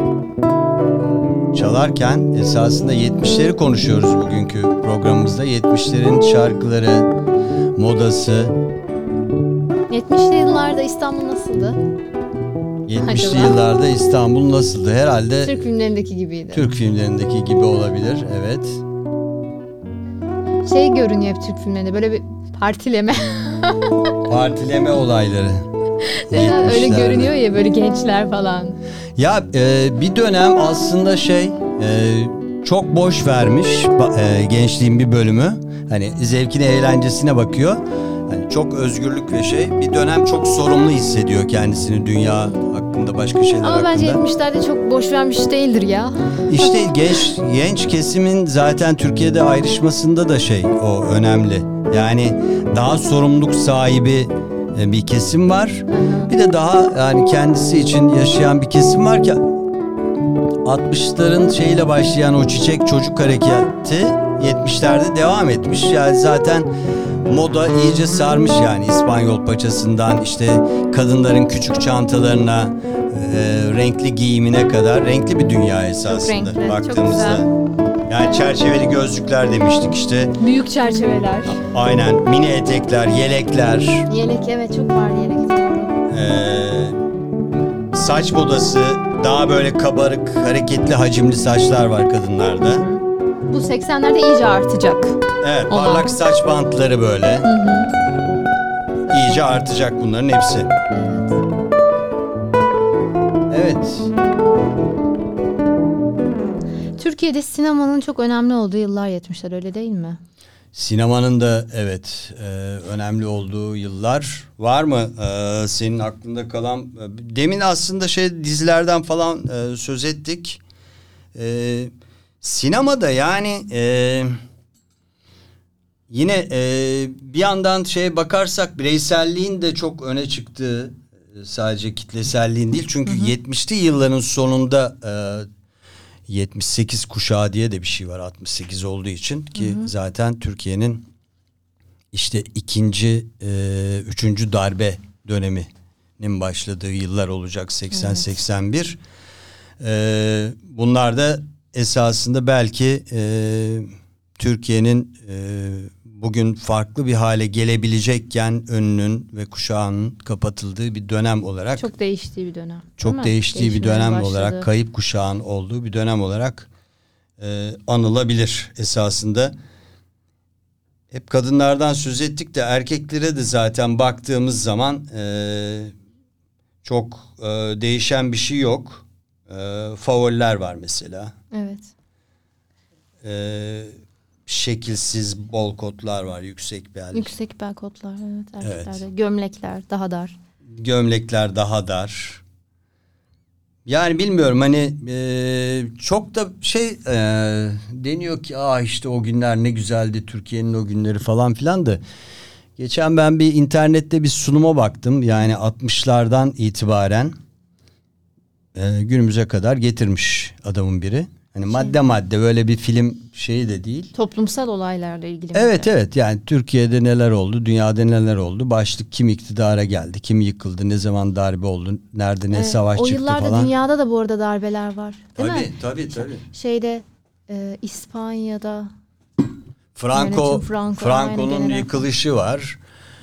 Speaker 1: çalarken esasında yetmişleri konuşuyoruz bugünkü programımızda. yetmişlerin şarkıları, modası.
Speaker 2: yetmişli yıllarda İstanbul nasıldı?
Speaker 1: yetmişli
Speaker 2: Acaba?
Speaker 1: yıllarda İstanbul nasıldı? Herhalde
Speaker 2: Türk filmlerindeki gibiydi.
Speaker 1: Türk filmlerindeki gibi olabilir. Evet.
Speaker 2: Şey görünüyor hep Türk filmlerinde, böyle bir partileme.
Speaker 1: Partileme olayları.
Speaker 2: Öyle
Speaker 1: yetmişlerde.
Speaker 2: görünüyor ya, böyle gençler falan.
Speaker 1: Ya e, bir dönem aslında şey e, çok boş vermiş ba- e, gençliğin bir bölümü. Hani zevkine, eğlencesine bakıyor. Hani çok özgürlük ve şey. Bir dönem çok sorumlu hissediyor kendisini dünya hakkında, başka şeyler
Speaker 2: Ama
Speaker 1: hakkında.
Speaker 2: bence yetmişlerde çok boş vermiş değildir ya.
Speaker 1: İşte genç genç kesimin zaten Türkiye'de ayrışmasında da şey o önemli. Yani daha sorumluluk sahibi e, bir kesim var. Bir de daha yani kendisi için yaşayan bir kesim var ki altmışların şeyiyle başlayan o çiçek çocuk hareketi yetmişlerde devam etmiş. Yani zaten moda iyice sarmış, yani İspanyol paçasından işte kadınların küçük çantalarına, e, renkli giyimine kadar renkli bir dünya esasında
Speaker 2: renkli, çok
Speaker 1: baktığımızda.
Speaker 2: güzel.
Speaker 1: Yani çerçeveli gözlükler demiştik işte.
Speaker 2: Büyük çerçeveler.
Speaker 1: Aynen, mini etekler, yelekler,
Speaker 2: Yelek, evet, çok var yelek. Doğru.
Speaker 1: ee, saç modası, daha böyle kabarık, hareketli, hacimli saçlar var kadınlarda.
Speaker 2: Bu seksenlerde iyice artacak.
Speaker 1: Evet,
Speaker 2: Olan.
Speaker 1: parlak saç bantları böyle. İyice artacak bunların hepsi. Evet.
Speaker 2: Türkiye'de sinemanın çok önemli olduğu yıllar yetmişler, öyle değil mi?
Speaker 1: Sinemanın da evet e, önemli olduğu yıllar var mı? E, senin aklında kalan, e, demin aslında şey dizilerden falan e, söz ettik. E, sinemada yani e, yine e, bir yandan şeye bakarsak bireyselliğin de çok öne çıktığı, e, sadece kitleselliğin değil. Çünkü yetmişli yılların sonunda e, yetmiş sekiz kuşağı diye de bir şey var, altmış sekiz olduğu için ki hı hı. zaten Türkiye'nin işte ikinci, e, üçüncü darbe döneminin başladığı yıllar olacak, seksen seksen bir. E, bunlar da esasında belki e, Türkiye'nin e, bugün farklı bir hale gelebilecekken önünün ve kuşağının kapatıldığı bir dönem olarak.
Speaker 2: Çok değiştiği bir dönem.
Speaker 1: Çok değiştiği bir dönem başladı. olarak, kayıp kuşağın olduğu bir dönem olarak e, anılabilir esasında. Hep kadınlardan söz ettik de erkeklere de zaten baktığımız zaman e, çok e, değişen bir şey yok. E, favoriler var mesela.
Speaker 2: Evet.
Speaker 1: E, şekilsiz bol kotlar var, yüksek bel.
Speaker 2: Yüksek bel kotlar, evet, erkeklerde.
Speaker 1: Evet.
Speaker 2: Gömlekler daha dar.
Speaker 1: Gömlekler daha dar. Yani bilmiyorum hani e, çok da şey e, deniyor ki ah işte o günler ne güzeldi, Türkiye'nin o günleri falan filan da. Geçen ben bir internette bir sunuma baktım. Yani altmışlardan itibaren e, günümüze kadar getirmiş adamın biri. Hani şey, madde madde böyle bir film şeyi de değil.
Speaker 2: Toplumsal olaylarla ilgili.
Speaker 1: Evet mi? Evet, yani Türkiye'de neler oldu, dünyada neler oldu, başlık kim iktidara geldi, kim yıkıldı, ne zaman darbe oldu, nerede ne evet, savaş çıktı falan.
Speaker 2: O yıllarda dünyada da bu arada darbeler var, değil
Speaker 1: tabii,
Speaker 2: mi?
Speaker 1: Tabii tabii.
Speaker 2: Şeyde e, İspanya'da
Speaker 1: Franco,
Speaker 2: Franco
Speaker 1: Franco'nun yıkılışı var.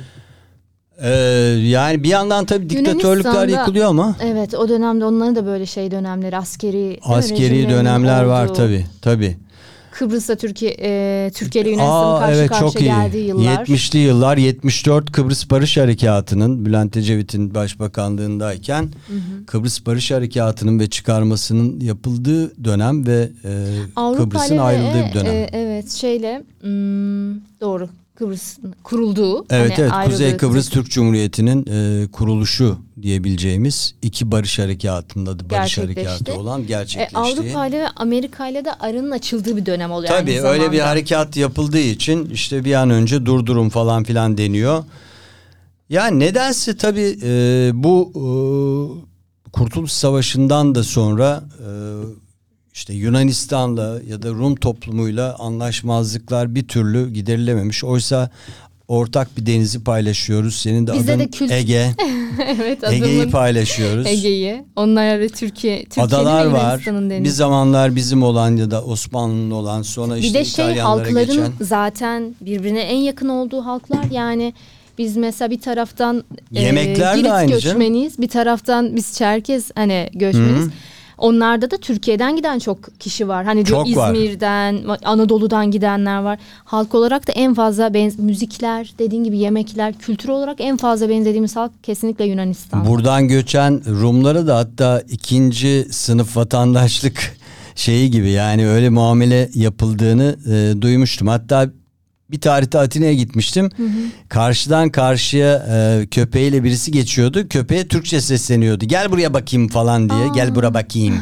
Speaker 1: Ee, yani bir yandan tabii diktatörlükler yıkılıyor ama.
Speaker 2: Evet, o dönemde onların da böyle şey dönemleri, askeri
Speaker 1: askeri dönemler var tabii tabii.
Speaker 2: Kıbrıs'ta Türkiye e, Türkiye ile Yunanistan'ın karşı evet, karşıya çok geldiği yıllar.
Speaker 1: yetmişli yıllar, yetmiş dört Kıbrıs Barış Harekatı'nın, Bülent Ecevit'in başbakanlığındayken hı hı. Kıbrıs Barış Harekatı'nın ve çıkarmasının yapıldığı dönem ve e, Kıbrıs'ın ayrıldığı bir dönem.
Speaker 2: E, evet şeyle hmm, doğru. Kıbrıs'ın kurulduğu.
Speaker 1: Evet
Speaker 2: hani
Speaker 1: evet, Kuzey Kıbrıs Türk Cumhuriyeti'nin e, kuruluşu diyebileceğimiz iki barış harekatının adı barış harekatı olan gerçekleşti.
Speaker 2: E, Avrupa ile ve Amerika ile de aranın açıldığı bir dönem oluyor.
Speaker 1: Tabii öyle bir harekat yapıldığı için işte bir an önce durdurun falan filan deniyor. Yani nedense tabii e, bu e, Kurtuluş Savaşı'ndan da sonra e, İşte Yunanistan'la ya da Rum toplumuyla anlaşmazlıklar bir türlü giderilememiş. Oysa ortak bir denizi paylaşıyoruz. Senin de
Speaker 2: Bizde
Speaker 1: adın
Speaker 2: de kült...
Speaker 1: Ege.
Speaker 2: Evet,
Speaker 1: Ege'yi paylaşıyoruz.
Speaker 2: Ege'yi. Onlar da Türkiye, Türkiye'nin
Speaker 1: adalar
Speaker 2: ve
Speaker 1: var. Bir zamanlar bizim olan ya da Osmanlı'nın olan, sonra işte
Speaker 2: bir de şey,
Speaker 1: İtalyanlara
Speaker 2: halkların
Speaker 1: geçen.
Speaker 2: zaten birbirine en yakın olduğu halklar. Yani biz mesela bir taraftan
Speaker 1: yemekler
Speaker 2: e, Girit
Speaker 1: de aynı
Speaker 2: göçmeniyiz. Bir taraftan biz Çerkez hani göçmeniz. Hı-hı. Onlarda da Türkiye'den giden çok kişi var. Hani diyor İzmir'den, var. Anadolu'dan gidenler var. Halk olarak da en fazla benz- müzikler, dediğin gibi yemekler, kültür olarak en fazla benzediğimiz halk kesinlikle Yunanistan.
Speaker 1: Buradan göçen Rumlara da hatta ikinci sınıf vatandaşlık şeyi gibi, yani öyle muamele yapıldığını e, duymuştum. Hatta bir tarihte Atina'ya gitmiştim. Hı hı. Karşıdan karşıya e, köpeğiyle birisi geçiyordu. Köpeğe Türkçe sesleniyordu. Gel buraya bakayım falan diye. Aa. Gel buraya bakayım.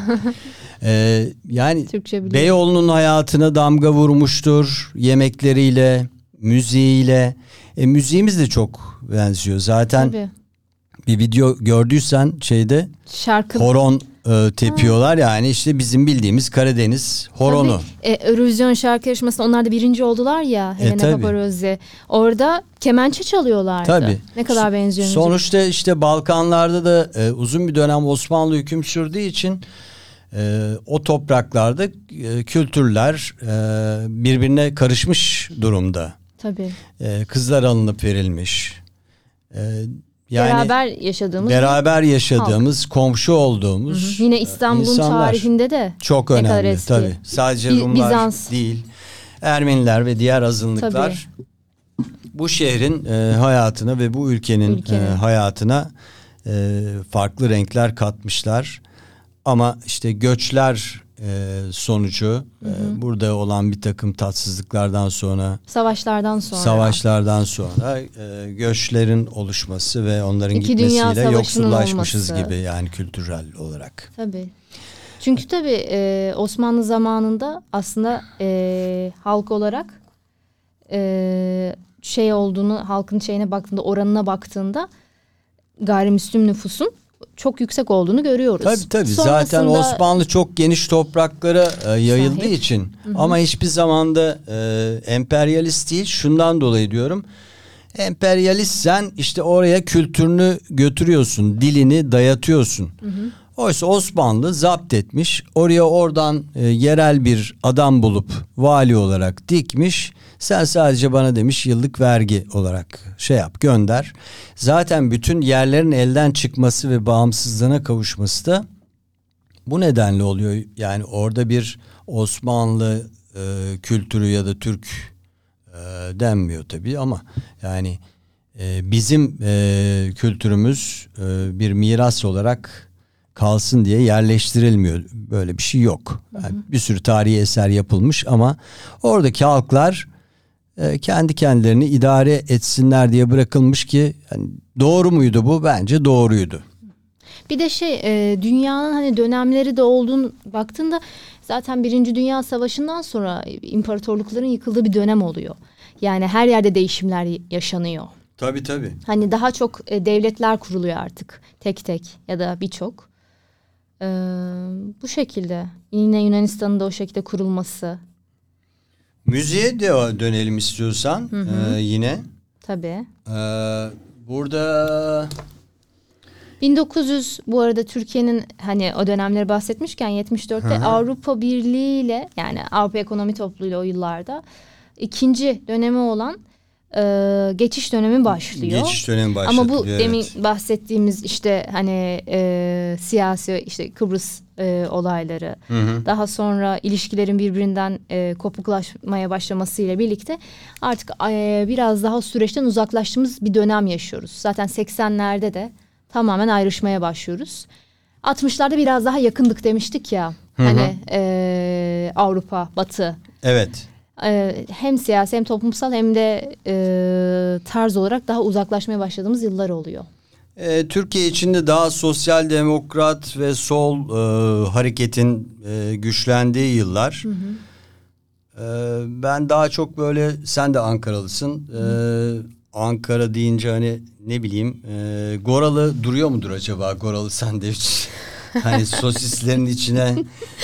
Speaker 1: e, yani Beyoğlu'nun hayatına damga vurmuştur. Yemekleriyle, müziğiyle. E, müziğimiz de çok benziyor. Zaten tabii. Bir video gördüysen şeyde şarkı horon e, tepiyorlar. Ha. Yani işte bizim bildiğimiz Karadeniz horonu.
Speaker 2: E, Eurovision şarkı yarışmasında onlar da birinci oldular ya. E, Helena Paparazzi. Orada kemençe çalıyorlardı. Tabii. Ne kadar benziyor.
Speaker 1: Sonuçta müzik. işte Balkanlarda da e, uzun bir dönem Osmanlı hüküm sürdüğü için e, o topraklarda e, kültürler e, birbirine karışmış durumda.
Speaker 2: Tabii.
Speaker 1: E, kızlar alınıp verilmiş. E, yani
Speaker 2: beraber yaşadığımız.
Speaker 1: beraber yaşadığımız, komşu olduğumuz.
Speaker 2: Hı hı. Yine İstanbul'un
Speaker 1: insanlar.
Speaker 2: tarihinde de
Speaker 1: Çok
Speaker 2: ne kadar
Speaker 1: önemli
Speaker 2: eski.
Speaker 1: tabii. Sadece
Speaker 2: Bi-
Speaker 1: Rumlar
Speaker 2: Bizans.
Speaker 1: değil. Ermeniler ve diğer azınlıklar bu şehrin e, hayatına ve bu ülkenin,
Speaker 2: Ülkenin.
Speaker 1: e, hayatına e, farklı renkler katmışlar. Ama işte göçler e, sonucu e, burada olan bir takım tatsızlıklardan sonra,
Speaker 2: Savaşlardan sonra.
Speaker 1: savaşlardan sonra e, göçlerin oluşması ve onların
Speaker 2: İki Dünya
Speaker 1: gitmesiyle
Speaker 2: Savaşı'nın
Speaker 1: yoksullaşmışız
Speaker 2: olması.
Speaker 1: gibi, yani kültürel olarak.
Speaker 2: Tabii. Çünkü tabii e, Osmanlı zamanında aslında e, halk olarak e, şey olduğunu, halkın şeyine baktığında, oranına baktığında gayrimüslim nüfusun çok yüksek olduğunu görüyoruz.
Speaker 1: Tabii tabii. Zaten
Speaker 2: Sonrasında-
Speaker 1: Osmanlı çok geniş topraklara e, yayıldığı
Speaker 2: Sahip.
Speaker 1: için, ama hiçbir zamanda e, emperyalist değil. Şundan dolayı diyorum. Emperyalistsen işte oraya kültürünü götürüyorsun, dilini dayatıyorsun. Oysa Osmanlı zapt etmiş, oraya oradan e, yerel bir adam bulup vali olarak dikmiş. Sen sadece bana demiş yıllık vergi olarak şey yap, gönder. Zaten bütün yerlerin elden çıkması ve bağımsızlığına kavuşması da bu nedenle oluyor. Yani orada bir Osmanlı e, kültürü ya da Türk e, denmiyor tabii, ama yani e, bizim e, kültürümüz e, bir miras olarak kalsın diye yerleştirilmiyor. Böyle bir şey yok. Yani bir sürü tarihi eser yapılmış ama oradaki halklar e, kendi kendilerini idare etsinler diye bırakılmış ki, yani doğru muydu bu? Bence doğruydu.
Speaker 2: Bir de şey e, dünyanın hani dönemleri de olduğunu baktığında zaten Birinci Dünya Savaşı'ndan sonra imparatorlukların yıkıldığı bir dönem oluyor. Yani her yerde değişimler yaşanıyor.
Speaker 1: Tabii tabii.
Speaker 2: Hani daha çok e, devletler kuruluyor artık, tek tek ya da birçok. E, bu şekilde yine Yunanistan'ın da o şekilde kurulması.
Speaker 1: Müziğe de dönelim istiyorsan. Ee, yine.
Speaker 2: Tabii.
Speaker 1: Ee, burada
Speaker 2: bin dokuz yüz bu arada Türkiye'nin hani o dönemleri bahsetmişken yetmiş dörtte Avrupa Birliği ile, yani Avrupa Ekonomi Topluluğu ile o yıllarda ikinci dönemi olan e, geçiş dönemi başlıyor.
Speaker 1: geçiş dönemi başlatılıyor.
Speaker 2: Ama bu
Speaker 1: evet.
Speaker 2: demin bahsettiğimiz işte hani e, siyasi işte Kıbrıs e, olayları,
Speaker 1: Hı hı.
Speaker 2: daha sonra ilişkilerin birbirinden e, kopuklaşmaya başlamasıyla birlikte artık e, biraz daha süreçten uzaklaştığımız bir dönem yaşıyoruz. Zaten seksenlerde de tamamen ayrışmaya başlıyoruz. altmışlarda biraz daha yakındık demiştik ya.
Speaker 1: Hı hı.
Speaker 2: Hani e, Avrupa, Batı.
Speaker 1: Evet.
Speaker 2: E, hem siyasi hem toplumsal hem de e, tarz olarak daha uzaklaşmaya başladığımız yıllar oluyor.
Speaker 1: Ee, Türkiye içinde daha sosyal demokrat ve sol e, hareketin e, güçlendiği yıllar. Hı hı. Ee, ben daha çok böyle, sen de Ankaralısın. Ee, Ankara deyince hani ne bileyim e, Goralı duruyor mudur acaba, Goralı sandviç? Hani sosislerin içine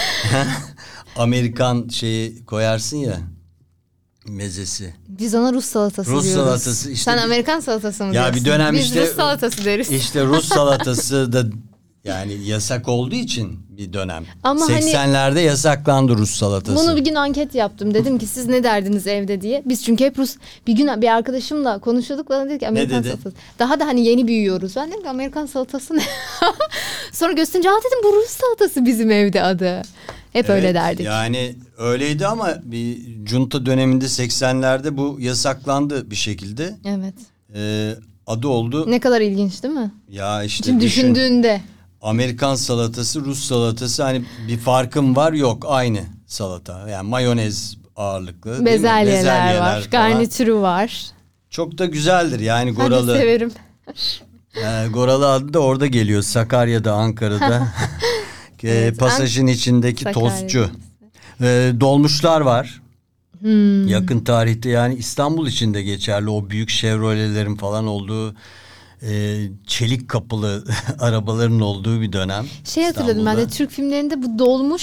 Speaker 1: Amerikan şeyi koyarsın ya, mezesi.
Speaker 2: Biz ona Rus salatası
Speaker 1: Rus
Speaker 2: diyoruz.
Speaker 1: salatası işte.
Speaker 2: Sen
Speaker 1: bir-
Speaker 2: Amerikan salatası mı
Speaker 1: Ya
Speaker 2: diyorsun?
Speaker 1: bir dönem
Speaker 2: Biz
Speaker 1: işte
Speaker 2: Rus salatası deriz.
Speaker 1: İşte Rus salatası da yani yasak olduğu için bir dönem.
Speaker 2: Ama hani-
Speaker 1: seksenlerde yasaklandı Rus salatası.
Speaker 2: Bunu bir gün anket yaptım. Dedim ki siz ne derdiniz evde diye. Biz çünkü hep Rus. Bir gün bir arkadaşımla konuşuyorduk. Bana dedi ki Amerikan
Speaker 1: dedi?
Speaker 2: salatası. Daha da hani yeni büyüyoruz. Ben dedim ki Amerikan salatası ne? Sonra gösterince aa dedim bu Rus salatası bizim evde adı. Hep
Speaker 1: Evet,
Speaker 2: öyle derdik.
Speaker 1: Yani öyleydi ama bir junta döneminde seksenlerde bu yasaklandı bir şekilde.
Speaker 2: Evet.
Speaker 1: Ee, adı oldu.
Speaker 2: Ne kadar ilginç değil mi?
Speaker 1: Ya işte
Speaker 2: Şimdi
Speaker 1: düşün.
Speaker 2: düşündüğünde.
Speaker 1: Amerikan salatası, Rus salatası, hani bir farkım var yok, aynı salata. Yani mayonez ağırlıklı. değil mi?
Speaker 2: Bezelyeler,
Speaker 1: Bezelyeler
Speaker 2: var.
Speaker 1: falan.
Speaker 2: Garnitürü var.
Speaker 1: Çok da güzeldir yani
Speaker 2: Ben de
Speaker 1: Goralı.
Speaker 2: severim.
Speaker 1: Ee, Goralı adı da orada geliyor. Sakarya'da, Ankara'da. Ee,
Speaker 2: Evet,
Speaker 1: pasajın içindeki
Speaker 2: Sakarya.
Speaker 1: tostçu. Ee, dolmuşlar var.
Speaker 2: Hmm.
Speaker 1: Yakın tarihte, yani İstanbul için de geçerli. O büyük Chevrolet'lerin falan olduğu, e, çelik kapılı arabaların olduğu bir dönem.
Speaker 2: Şey hatırladım ben de
Speaker 1: İstanbul'da.
Speaker 2: Türk filmlerinde bu dolmuş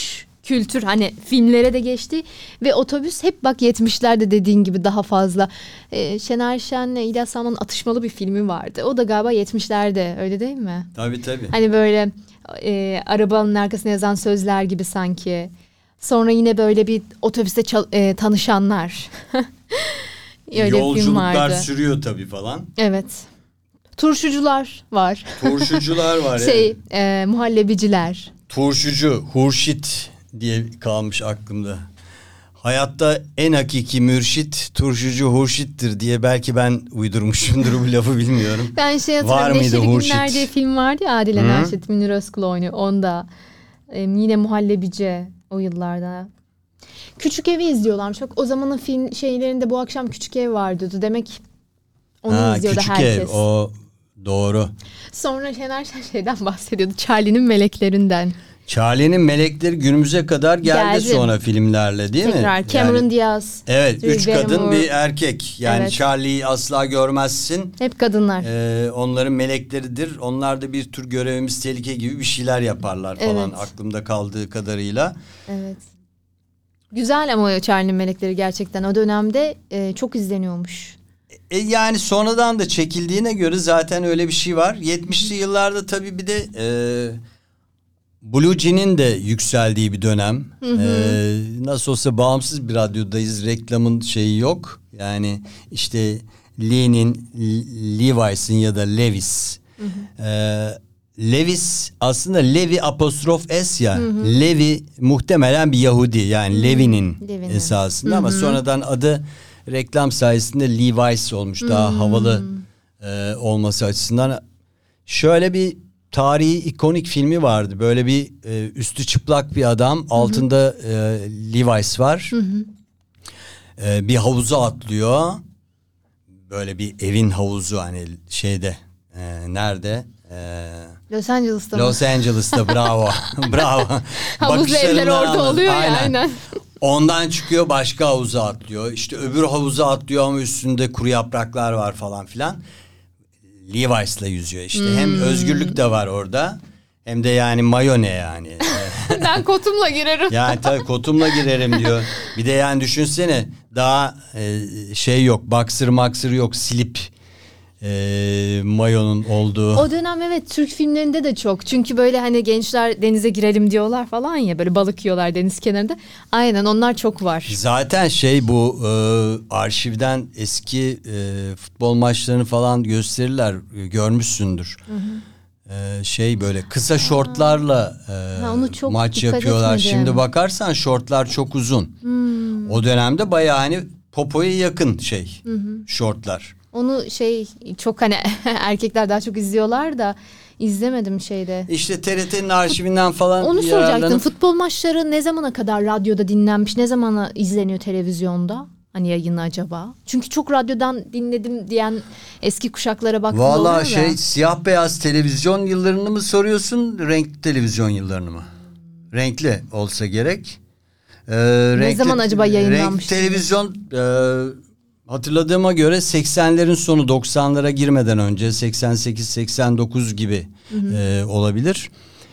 Speaker 2: kültür hani filmlere de geçti ve otobüs hep bak yetmişlerde dediğin gibi daha fazla. Ee, Şener Şen'le İlyas Salman'ın atışmalı bir filmi vardı. O da galiba yetmişlerde, öyle değil mi?
Speaker 1: Tabii tabii.
Speaker 2: Hani böyle e, arabanın arkasına yazan sözler gibi sanki. Sonra yine böyle bir otobüste çal- e, tanışanlar. Öyle bir film
Speaker 1: Yolculuklar
Speaker 2: vardı.
Speaker 1: sürüyor tabii falan.
Speaker 2: Evet. Turşucular var.
Speaker 1: Turşucular var.
Speaker 2: şey
Speaker 1: evet.
Speaker 2: e, muhallebiciler.
Speaker 1: Turşucu, Hurşit diye kalmış aklımda. Hayatta en hakiki mürşit turşucu Hurşit'tir diye belki ben uydurmuşumdur bu lafı bilmiyorum.
Speaker 2: Ben şey
Speaker 1: Var
Speaker 2: hatırlıyorum.
Speaker 1: mıydı
Speaker 2: Neşeli
Speaker 1: Hurşit?
Speaker 2: Günler diye film vardı ya, Adile
Speaker 1: Hı?
Speaker 2: Naşit, Münir Özkul oynuyor. Onda e, yine muhallebici o yıllarda. Küçük Evi izliyorlarmış. Çok o zamanın film şeylerinde bu akşam Küçük Ev vardı. Demek onu
Speaker 1: Ha,
Speaker 2: izliyordu
Speaker 1: küçük
Speaker 2: herkes.
Speaker 1: ev o doğru.
Speaker 2: Sonra Şener Şen şeyden bahsediyordu. Charlie'nin meleklerinden.
Speaker 1: Charlie'nin melekleri günümüze kadar geldi,
Speaker 2: Geldi.
Speaker 1: sonra filmlerle değil mi?
Speaker 2: Tekrar Cameron
Speaker 1: Yani-
Speaker 2: Diaz.
Speaker 1: Evet,
Speaker 2: Drew
Speaker 1: üç kadın
Speaker 2: Barrymore.
Speaker 1: bir erkek. Yani
Speaker 2: Evet.
Speaker 1: Charlie'yi asla görmezsin.
Speaker 2: Hep kadınlar.
Speaker 1: Ee, onların melekleridir. Onlar da bir tür görevimiz tehlike gibi bir şeyler yaparlar falan,
Speaker 2: Evet.
Speaker 1: aklımda kaldığı kadarıyla.
Speaker 2: Evet. Güzel ama o Charlie'nin melekleri gerçekten o dönemde e, çok izleniyormuş.
Speaker 1: E yani sonradan da çekildiğine göre zaten öyle bir şey var. yetmişli yıllarda tabii bir de e, Blue Jean'in de yükseldiği bir dönem. E, nasıl olsa bağımsız bir radyodayız. Reklamın şeyi yok. Yani işte Lee'nin, Levi's'in ya da Levis. E, Levis aslında Levi apostrof S ya. Levi muhtemelen bir Yahudi. Yani Levi'nin
Speaker 2: Levi'nin.
Speaker 1: esasında ama sonradan adı reklam sayesinde Levi's olmuş. Daha havalı e, olması açısından. Şöyle bir tarihi ikonik filmi vardı. Böyle bir e, üstü çıplak bir adam. Altında e, Levi's var. E, bir havuza atlıyor. Böyle bir evin havuzu hani şeyde. E, nerede? E,
Speaker 2: Los Angeles'ta mı?
Speaker 1: Los Angeles'ta bravo. Bravo.
Speaker 2: Havuz evler
Speaker 1: Bakışlarından
Speaker 2: orada
Speaker 1: anladım.
Speaker 2: oluyor ya aynen.
Speaker 1: Ondan çıkıyor, başka havuza atlıyor. İşte öbür havuza atlıyor ama üstünde kuru yapraklar var falan filan. Levi's'la yüzüyor işte.
Speaker 2: Hmm.
Speaker 1: Hem özgürlük de var orada. Hem de yani mayo ne yani.
Speaker 2: Ben kotumla girerim.
Speaker 1: Yani tabii kotumla girerim diyor. Bir de yani düşünsene daha e, şey yok. Boxer maksır yok. Slip e, mayonun olduğu.
Speaker 2: O dönem evet Türk filmlerinde de çok. Çünkü böyle hani gençler denize girelim diyorlar falan ya. Böyle balık yiyorlar deniz kenarında. Aynen onlar çok var.
Speaker 1: Zaten şey bu e, arşivden eski e, futbol maçlarını falan gösterirler, e, görmüşsündür. E, şey böyle kısa şortlarla e,
Speaker 2: Ha, onu çok
Speaker 1: maç
Speaker 2: dikkat
Speaker 1: yapıyorlar.
Speaker 2: etmedim.
Speaker 1: Şimdi bakarsan şortlar çok uzun. O dönemde bayağı hani popoya yakın şey şortlar.
Speaker 2: Onu şey çok hani erkekler daha çok izliyorlar da izlemedim şeyde.
Speaker 1: İşte T R T'nin arşivinden falan
Speaker 2: Onu soracaktım.
Speaker 1: yararlanıp-
Speaker 2: Futbol maçları ne zamana kadar radyoda dinlenmiş? Ne zamana izleniyor televizyonda? Hani yayını acaba? Çünkü çok radyodan dinledim diyen eski kuşaklara baktım.
Speaker 1: Vallahi şey siyah beyaz televizyon yıllarını mı soruyorsun, renkli televizyon yıllarını mı? Renkli olsa gerek. Ee, renkli,
Speaker 2: zaman acaba yayınlanmış?
Speaker 1: Renkli televizyon e, hatırladığıma göre seksenlerin sonu doksanlara girmeden önce seksen sekiz seksen dokuz gibi e, olabilir.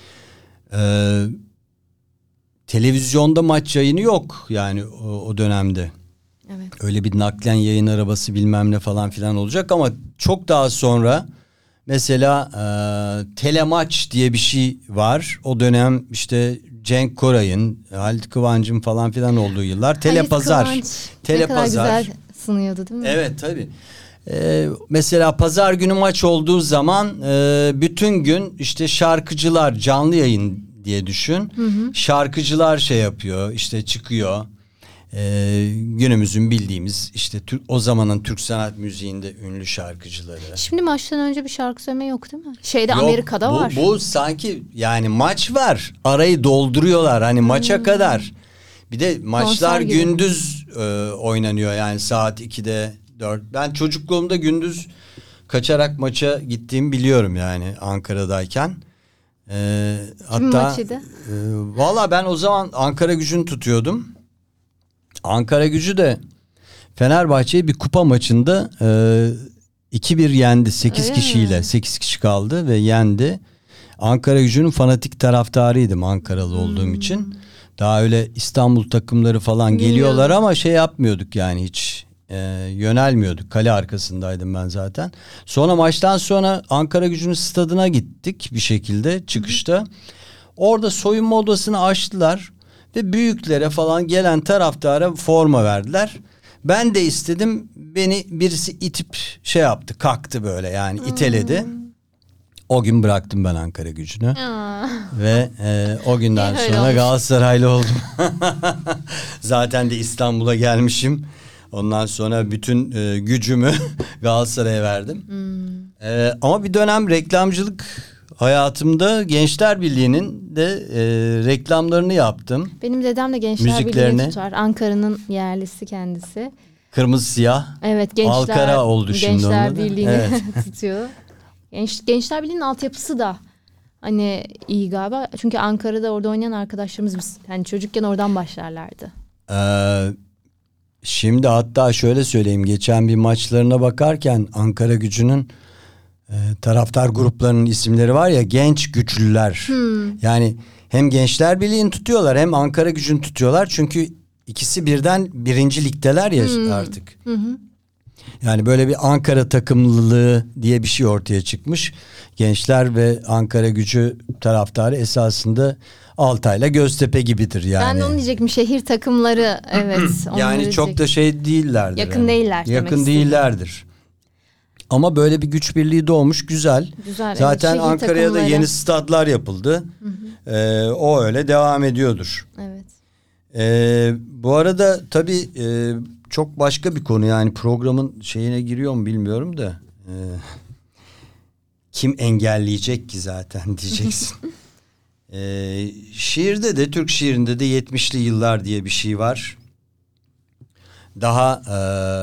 Speaker 1: Ee, televizyonda maç yayını yok yani o, o dönemde.
Speaker 2: Evet.
Speaker 1: Öyle bir naklen yayın arabası bilmem ne falan filan olacak ama çok daha sonra mesela e, Telemaç diye bir şey var. O dönem işte Cenk Koray'ın, Halit Kıvanç'ın falan filan olduğu yıllar. Telepazar.
Speaker 2: Halit Kıvanç
Speaker 1: Telepazar.
Speaker 2: Ne kadar güzel sınıyordu değil mi?
Speaker 1: Evet tabii. Ee, mesela pazar günü maç olduğu zaman e, bütün gün işte şarkıcılar canlı yayın diye düşün. Şarkıcılar şey yapıyor işte çıkıyor. Ee, günümüzün bildiğimiz işte Türk, o zamanın Türk sanat müziğinde ünlü şarkıcıları.
Speaker 2: Şimdi maçtan önce bir şarkı söyleme yok değil mi? Şeyde
Speaker 1: Yok,
Speaker 2: Amerika'da
Speaker 1: bu,
Speaker 2: var.
Speaker 1: Bu sanki yani maç var. Arayı dolduruyorlar hani maça kadar. Bir de maçlar
Speaker 2: Konser gibi.
Speaker 1: gündüz e, oynanıyor yani saat ikide dört. Ben çocukluğumda gündüz kaçarak maça gittiğimi biliyorum yani Ankara'dayken. E,
Speaker 2: Kimin
Speaker 1: hatta
Speaker 2: maçıydı?
Speaker 1: e, valla ben o zaman Ankara Gücü'nü tutuyordum. Ankara Gücü de Fenerbahçe'yi bir kupa maçında e, iki bir yendi. sekiz
Speaker 2: Öyle
Speaker 1: kişiyle.
Speaker 2: mi?
Speaker 1: sekiz kişi kaldı ve yendi. Ankara Gücü'nün fanatik taraftarıydım Ankaralı olduğum için. Daha öyle İstanbul takımları falan geliyorlar ama şey yapmıyorduk yani hiç e, yönelmiyorduk. Kale arkasındaydım ben zaten. Sonra maçtan sonra Ankaragücü'nün stadına gittik bir şekilde çıkışta. Hı hı. Orada soyunma odasını açtılar ve büyüklere falan gelen taraftara forma verdiler. Ben de istedim, beni birisi itip şey yaptı, kalktı böyle yani iteledi. Hmm. O gün bıraktım ben Ankaragücü'nü. Aa. Ve e, o günden sonra olmuş. Galatasaraylı oldum. Zaten de İstanbul'a gelmişim. Ondan sonra bütün e, gücümü Galatasaray'a verdim. Hmm. E, ama bir dönem reklamcılık hayatımda Gençler Birliği'nin de e, reklamlarını yaptım.
Speaker 2: Benim dedem de Gençler Birliği'ni tutar. Ankara'nın yerlisi kendisi.
Speaker 1: Kırmızı siyah.
Speaker 2: Evet, Gençler,
Speaker 1: Alkara oldu şimdi
Speaker 2: Gençler Birliği'ni
Speaker 1: evet.
Speaker 2: tutuyor. Genç, Gençler Birliği'nin altyapısı da hani iyi galiba. Çünkü Ankara'da orada oynayan arkadaşlarımız biz. Yani çocukken oradan başlarlardı.
Speaker 1: Ee, şimdi hatta şöyle söyleyeyim. Geçen bir maçlarına bakarken Ankaragücü'nün e, taraftar gruplarının isimleri var ya, genç güçlüler. Hmm. Yani hem Gençler Birliği'ni tutuyorlar hem Ankaragücü'nü tutuyorlar. Çünkü ikisi birden birinci ligdeler ya hmm. artık. Hı hı. Yani böyle bir Ankara takımlılığı diye bir şey ortaya çıkmış. Gençler ve Ankaragücü taraftarı esasında Altay'la Göztepe gibidir yani.
Speaker 2: Ben de onu diyecektim, şehir takımları evet.
Speaker 1: Yani çok da şey değillerdir.
Speaker 2: Yakın
Speaker 1: yani.
Speaker 2: değiller.
Speaker 1: Yakın değillerdir. Ama böyle bir güç birliği doğmuş, güzel.
Speaker 2: Güzel.
Speaker 1: Zaten
Speaker 2: evet,
Speaker 1: Ankara'ya
Speaker 2: takımları.
Speaker 1: da yeni stadlar yapıldı. Hı hı. Ee, o öyle devam ediyordur.
Speaker 2: Evet.
Speaker 1: Ee, bu arada tabii e, çok başka bir konu, yani programın şeyine giriyor mu bilmiyorum da e, kim engelleyecek ki zaten diyeceksin. e, şiirde de, Türk şiirinde de yetmişli yıllar diye bir şey var. Daha e,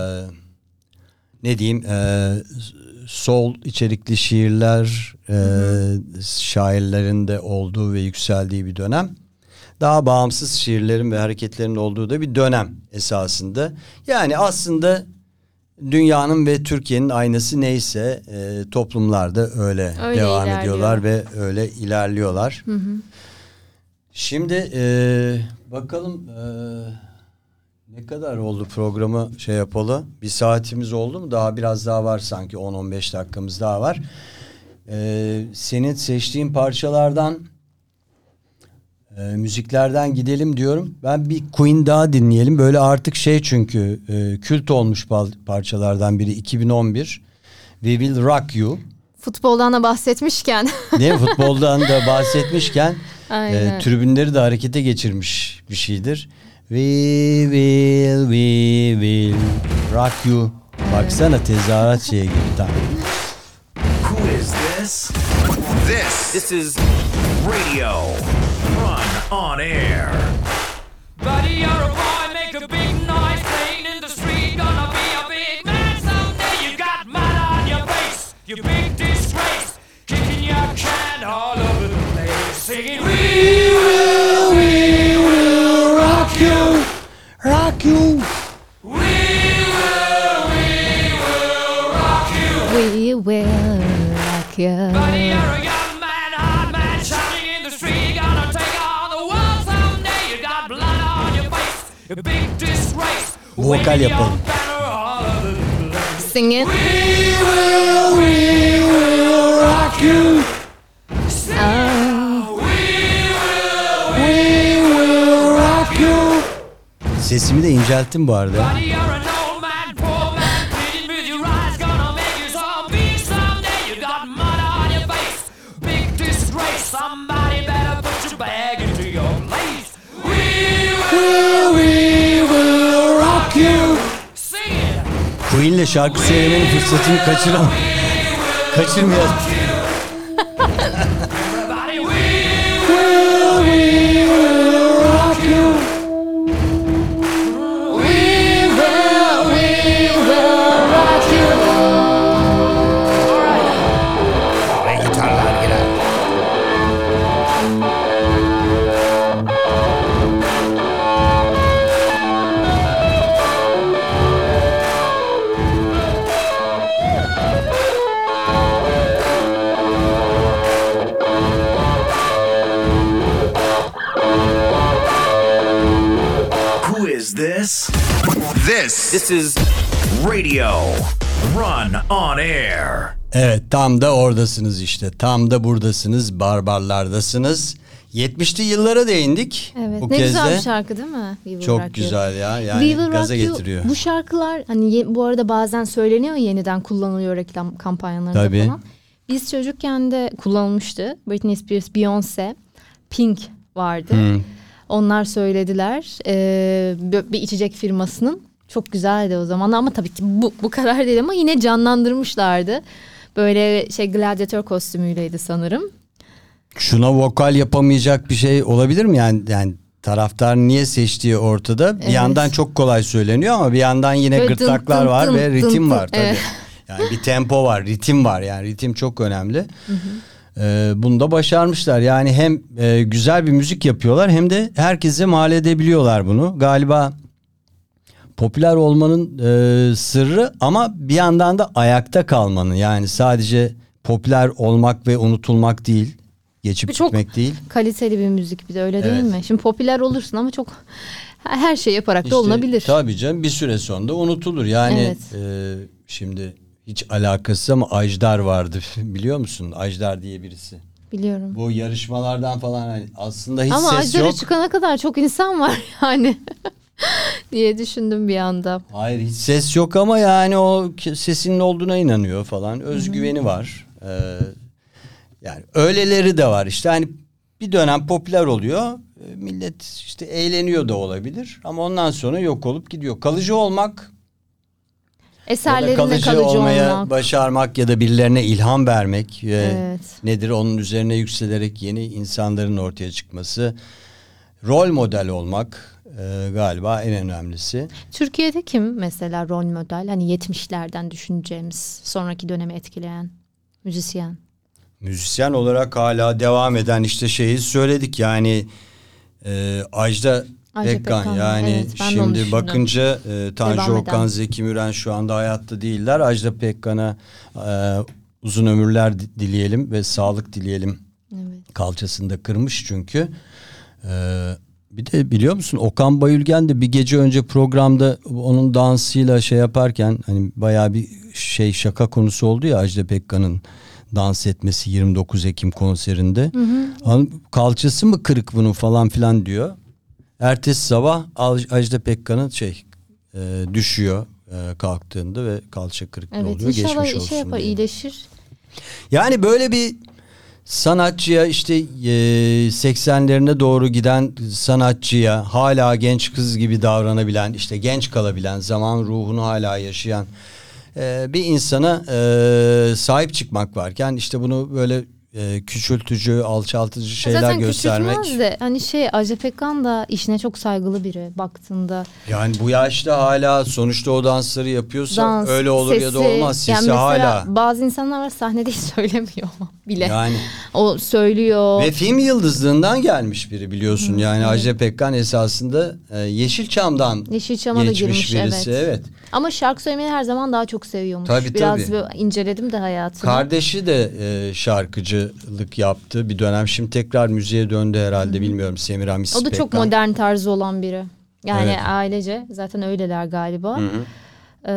Speaker 1: ne diyeyim e, sol içerikli şiirler e, şairlerin de olduğu ve yükseldiği bir dönem. Daha bağımsız şiirlerin ve hareketlerin olduğu da bir dönem esasında. Yani aslında dünyanın ve Türkiye'nin aynası neyse e, toplumlarda öyle, öyle devam ilerliyor. ediyorlar ve öyle ilerliyorlar. Hı hı. Şimdi e, bakalım e, ne kadar oldu programı şey yapalı? Bir saatimiz oldu mu? Daha biraz daha var sanki, on on beş dakikamız daha var. E, senin seçtiğin parçalardan, E, müziklerden gidelim diyorum. Ben bir Queen daha dinleyelim. Böyle artık şey, çünkü e, kült olmuş parçalardan biri, iki bin on bir. We Will Rock You.
Speaker 2: Futboldan da bahsetmişken.
Speaker 1: Değil mi? Futboldan da bahsetmişken e, tribünleri de harekete geçirmiş bir şeydir. We will, we will rock you. Baksana tezahürat şeye gibi tam.
Speaker 5: Who is this? This. This is radio. Run on air.
Speaker 6: Buddy, you're a boy, make a big noise, playing in the street, gonna be a big man someday. You got mud on your face, you big disgrace, kicking your can all over the place, singing, we will, we will rock you,
Speaker 1: rock you.
Speaker 6: We will, we will rock you.
Speaker 2: We will rock you.
Speaker 6: Buddy, you're a young man, hard man, shouting in the street, gonna take on the world someday. You got blood on your face, a big disgrace.
Speaker 1: Vokal yapalım.
Speaker 2: Sing it.
Speaker 6: We will, we will rock you.
Speaker 2: Oh.
Speaker 6: We will, we will rock you.
Speaker 1: Sesimi de incelttim bu arada.
Speaker 6: Buddy, you're an old man, poor man, pleading with your eyes, gonna make you zombie someday. You got mud on your face, big disgrace. Somebody better put your bag into your place. We will, we will rock you. Sing it.
Speaker 1: Queen'le şarkı söylemenin fırsatını kaçıram. Kaçırmayalım.
Speaker 6: Everybody, we will, we will rock you. We will, we will rock you. All right.
Speaker 5: Ve gitarlar girer. this?
Speaker 3: This
Speaker 5: This is Radio Run On Air.
Speaker 1: Evet, tam da oradasınız işte. Tam da buradasınız, barbarlardasınız. yetmişli yıllara değindik.
Speaker 2: Evet.
Speaker 1: Bu
Speaker 2: Ne
Speaker 1: kez
Speaker 2: güzel
Speaker 1: de.
Speaker 2: bir şarkı değil mi? We Will
Speaker 1: Çok
Speaker 2: Rock You.
Speaker 1: güzel ya. Yani
Speaker 2: We Will
Speaker 1: gaza
Speaker 2: Rock You,
Speaker 1: getiriyor.
Speaker 2: bu şarkılar hani ye- bu arada bazen söyleniyor, yeniden kullanılıyor reklam kampanyalarında
Speaker 1: Tabii.
Speaker 2: falan. Biz çocukken de kullanılmıştı. Britney Spears, Beyoncé, Pink vardı.
Speaker 1: Hmm.
Speaker 2: Onlar söylediler. Ee, bö- bir içecek firmasının. Çok güzeldi o zaman ama tabii ki bu, bu kadar değil ama yine canlandırmışlardı. Böyle şey gladyatör kostümüyleydi sanırım.
Speaker 1: Şuna vokal yapamayacak bir şey olabilir mi? Yani, yani taraftar niye seçtiği ortada. Bir
Speaker 2: Evet.
Speaker 1: yandan çok kolay söyleniyor ama bir yandan yine
Speaker 2: Böyle
Speaker 1: gırtlaklar
Speaker 2: dın dın
Speaker 1: var
Speaker 2: dın
Speaker 1: ve
Speaker 2: dın
Speaker 1: ritim
Speaker 2: dın.
Speaker 1: var tabii.
Speaker 2: Evet.
Speaker 1: Yani bir tempo var, ritim var. Yani ritim çok önemli. Ee, bunu da başarmışlar. Yani hem e, güzel bir müzik yapıyorlar hem de herkese mal edebiliyorlar bunu. Galiba popüler olmanın e, sırrı ama bir yandan da ayakta kalmanın. Yani sadece popüler olmak ve unutulmak değil. Geçip
Speaker 2: Bir çok
Speaker 1: gitmek değil.
Speaker 2: Kaliteli bir müzik bir de öyle değil
Speaker 1: Evet.
Speaker 2: mi? Şimdi popüler olursun ama çok her şey yaparak
Speaker 1: İşte,
Speaker 2: da olunabilir.
Speaker 1: Tabii canım, bir süre sonra da unutulur. Yani
Speaker 2: Evet.
Speaker 1: e, şimdi hiç alakası ama Ajdar vardı biliyor musun? Ajdar diye birisi.
Speaker 2: Biliyorum.
Speaker 1: Bu yarışmalardan falan hani aslında hiç
Speaker 2: Ama
Speaker 1: ses
Speaker 2: Ajdar'a
Speaker 1: yok.
Speaker 2: çıkana kadar çok insan var yani diye düşündüm bir anda.
Speaker 1: Hayır, hiç ses yok ama yani o ke- sesinin olduğuna inanıyor falan. Özgüveni var. Ee, yani öyleleri de var işte, hani bir dönem popüler oluyor. e, Millet işte eğleniyor da olabilir ama ondan sonra yok olup gidiyor. Kalıcı olmak ya da
Speaker 2: Eserlerinde
Speaker 1: kalıcı,
Speaker 2: kalıcı,
Speaker 1: olmaya
Speaker 2: olmak.
Speaker 1: başarmak ya da birilerine ilham vermek ve
Speaker 2: Evet.
Speaker 1: nedir onun üzerine yükselerek yeni insanların ortaya çıkması, rol model olmak e, galiba en önemlisi.
Speaker 2: Türkiye'de kim mesela rol model? Hani yetmişlerden düşüneceğimiz, sonraki dönemi etkileyen müzisyen.
Speaker 1: Müzisyen olarak hala devam eden işte şeyi söyledik yani e, Ajda
Speaker 2: Ajda
Speaker 1: Pekkan,
Speaker 2: Pekkan,
Speaker 1: yani
Speaker 2: evet, ben de onu
Speaker 1: şimdi
Speaker 2: düşündüm.
Speaker 1: bakınca e, Tanju
Speaker 2: Devam
Speaker 1: Okan,
Speaker 2: eden.
Speaker 1: Zeki Müren şu anda hayatta değiller. Ajda Pekkan'a e, uzun ömürler di- dileyelim ve sağlık dileyelim.
Speaker 2: Evet.
Speaker 1: Kalçasını da kırmış çünkü. Ee, bir de biliyor musun Okan Bayülgen de bir gece önce programda onun dansıyla şey yaparken hani bayağı bir şey şaka konusu oldu ya, Ajda Pekkan'ın dans etmesi yirmi dokuz Ekim konserinde. Hanım, kalçası mı kırık bunun falan filan diyor. Ertesi sabah Aj- Ajda Pekkan'ın şey e, düşüyor e, kalktığında ve kalça kırıklığı
Speaker 2: Evet,
Speaker 1: oluyor.
Speaker 2: inşallah
Speaker 1: Geçmiş
Speaker 2: şey
Speaker 1: olsun
Speaker 2: yapar,
Speaker 1: diye.
Speaker 2: iyileşir.
Speaker 1: Yani böyle bir sanatçıya işte e, seksenlerine doğru giden sanatçıya hala genç kız gibi davranabilen, işte genç kalabilen, zaman ruhunu hala yaşayan e, bir insana e, sahip çıkmak varken işte bunu böyle e, küçültücü, alçaltıcı şeyler
Speaker 2: Zaten
Speaker 1: göstermek.
Speaker 2: küçültmez de hani şey Ajda Pekkan da işine çok saygılı biri baktığında.
Speaker 1: Yani bu yaşta hala sonuçta o dansları yapıyorsa
Speaker 2: Dans,
Speaker 1: öyle olur ya da
Speaker 2: sesi,
Speaker 1: olmaz. Sesi
Speaker 2: yani mesela
Speaker 1: hala.
Speaker 2: bazı insanlar var sahnede hiç söylemiyor bile.
Speaker 1: Yani
Speaker 2: O söylüyor.
Speaker 1: ve film yıldızlığından gelmiş biri biliyorsun. Yani Ajda Pekkan esasında e, Yeşilçam'dan
Speaker 2: Yeşilçam'a da
Speaker 1: geçmiş
Speaker 2: girmiş,
Speaker 1: birisi.
Speaker 2: evet.
Speaker 1: Evet.
Speaker 2: Ama şarkı söylemeyi her zaman daha çok seviyormuş.
Speaker 1: Tabii,
Speaker 2: Biraz
Speaker 1: tabii.
Speaker 2: böyle inceledim de hayatını.
Speaker 1: Kardeşi de e, şarkıcılık yaptı bir dönem. Şimdi tekrar müziğe döndü herhalde, bilmiyorum. Semiramis
Speaker 2: O da çok
Speaker 1: Pekkan.
Speaker 2: modern tarzı olan biri. Yani
Speaker 1: Evet.
Speaker 2: ailece zaten öyleler galiba.
Speaker 1: Hı hı.
Speaker 2: Ee,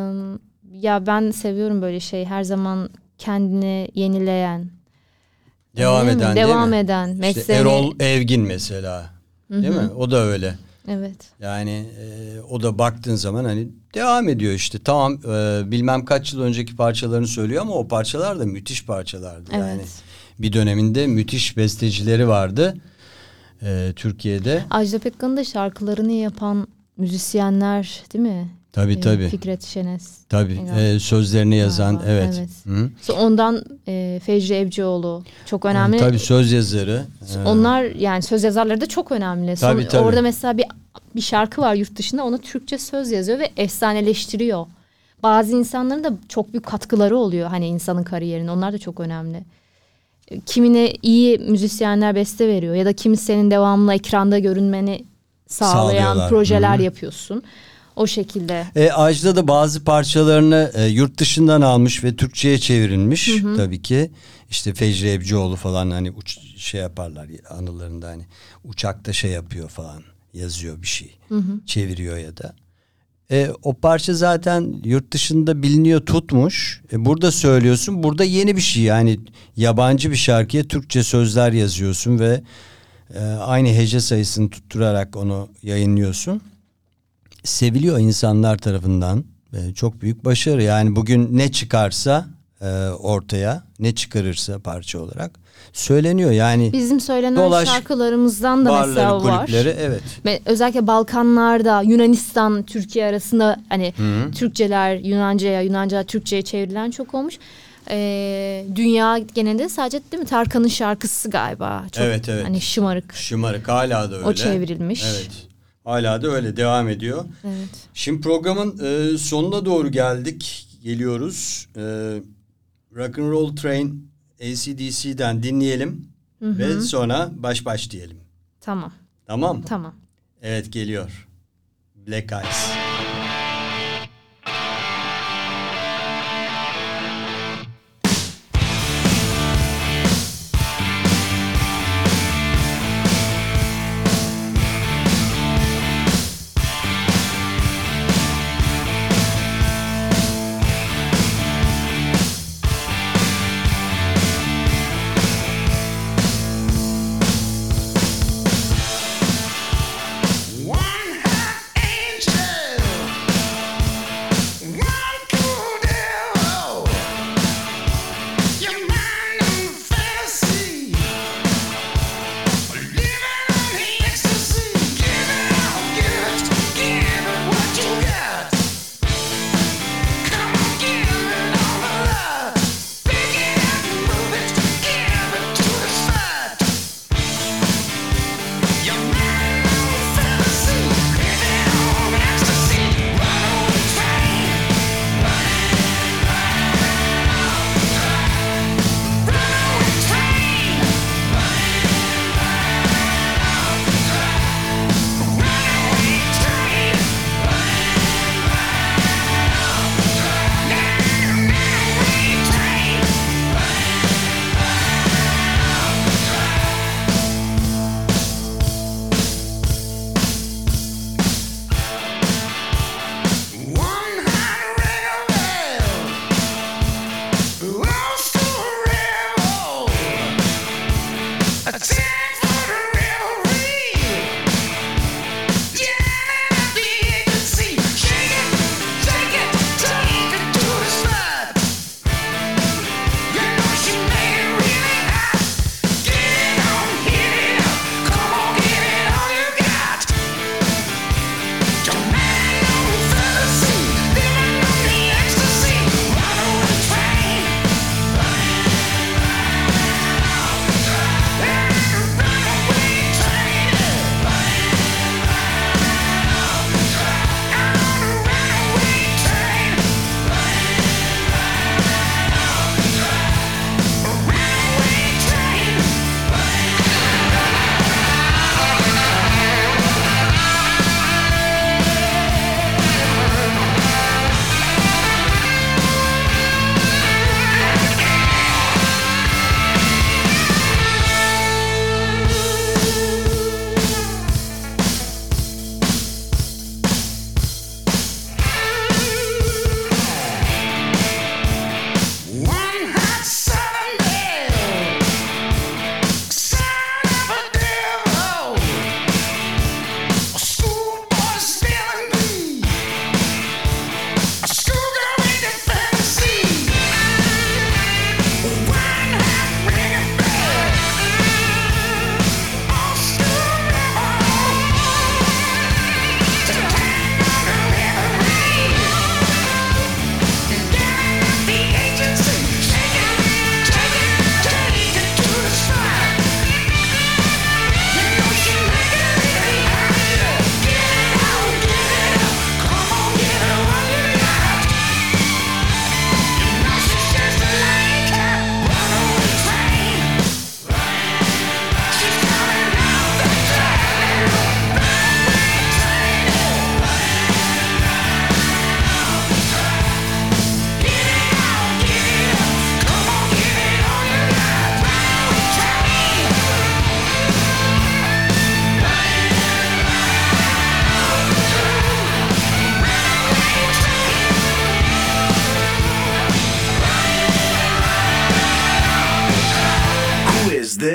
Speaker 2: ya ben seviyorum böyle şey, her zaman kendini yenileyen,
Speaker 1: Devam
Speaker 2: değil mi?
Speaker 1: eden
Speaker 2: Devam
Speaker 1: değil mi?
Speaker 2: eden,
Speaker 1: İşte
Speaker 2: mesleğini.
Speaker 1: Erol Evgin mesela. Değil mi? O da öyle.
Speaker 2: Evet.
Speaker 1: Yani e, o da baktığın zaman hani devam ediyor işte. Tamam e, bilmem kaç yıl önceki parçalarını söylüyor ama o parçalar da müthiş parçalardı.
Speaker 2: Evet.
Speaker 1: Yani bir döneminde müthiş bestecileri vardı e, Türkiye'de.
Speaker 2: Ajda Pekkan'ın da şarkılarını yapan müzisyenler değil mi?
Speaker 1: Tabii
Speaker 2: Ee,
Speaker 1: tabii.
Speaker 2: Fikret Şenes.
Speaker 1: Tabii
Speaker 2: Galiba.
Speaker 1: e, sözlerini yazan,
Speaker 2: Galiba,
Speaker 1: evet.
Speaker 2: evet.
Speaker 1: Hı.
Speaker 2: Sonra ondan e, Fecri Evcioğlu çok önemli.
Speaker 1: Tabii söz yazarı. E,
Speaker 2: Onlar yani söz yazarları da çok önemli. Son-
Speaker 1: Tabii, tabii.
Speaker 2: Orada mesela bir bir şarkı var yurt dışında, ona Türkçe söz yazıyor ve efsaneleştiriyor. Bazı insanların da çok büyük katkıları oluyor hani insanın kariyerine. Onlar da çok önemli. Kimine iyi müzisyenler beste veriyor ya da kimi senin devamlı ekranda görünmeni sağlayan
Speaker 1: Sağlıyorlar.
Speaker 2: projeler
Speaker 1: Hı hı.
Speaker 2: yapıyorsun. O şekilde.
Speaker 1: E, Ajda da bazı parçalarını e, yurt dışından almış ve Türkçe'ye çevrilmiş tabii ki. İşte Fecri Ebcioğlu falan hani uç, şey yaparlar anılarında, hani uçakta şey yapıyor falan. yazıyor bir şey. Hı hı. Çeviriyor ya da. E, o parça zaten yurt dışında biliniyor, tutmuş. E, burada söylüyorsun. Burada yeni bir şey. Yani yabancı bir şarkıya Türkçe sözler yazıyorsun ve e, aynı hece sayısını tutturarak onu yayınlıyorsun. Seviliyor insanlar tarafından. E, çok büyük başarı. Yani bugün ne çıkarsa e, ortaya, ne çıkarırsa parça olarak söyleniyor. Yani
Speaker 2: Bizim söylenen
Speaker 1: dolaş,
Speaker 2: şarkılarımızdan da
Speaker 1: barları,
Speaker 2: mesela var.
Speaker 1: kulüpleri, evet.
Speaker 2: Ve özellikle Balkanlarda, Yunanistan, Türkiye arasında hani Hı-hı. Türkçeler Yunanca'ya, Yunanca Türkçe'ye çevrilen çok olmuş. Ee, dünya genelinde sadece değil mi Tarkan'ın şarkısı galiba. Çok,
Speaker 1: evet evet.
Speaker 2: Hani şımarık.
Speaker 1: Şımarık hala da öyle.
Speaker 2: O çevrilmiş.
Speaker 1: Evet. Hala da öyle devam ediyor.
Speaker 2: Evet.
Speaker 1: Şimdi programın e, sonuna doğru geldik. Geliyoruz. E, Rock and Roll Train A C D C'den dinleyelim. Hı hı. Ve sonra baş baş diyelim.
Speaker 2: Tamam.
Speaker 1: Tamam mı?
Speaker 2: Tamam.
Speaker 1: Evet, geliyor. Black Eyes.
Speaker 3: One half angel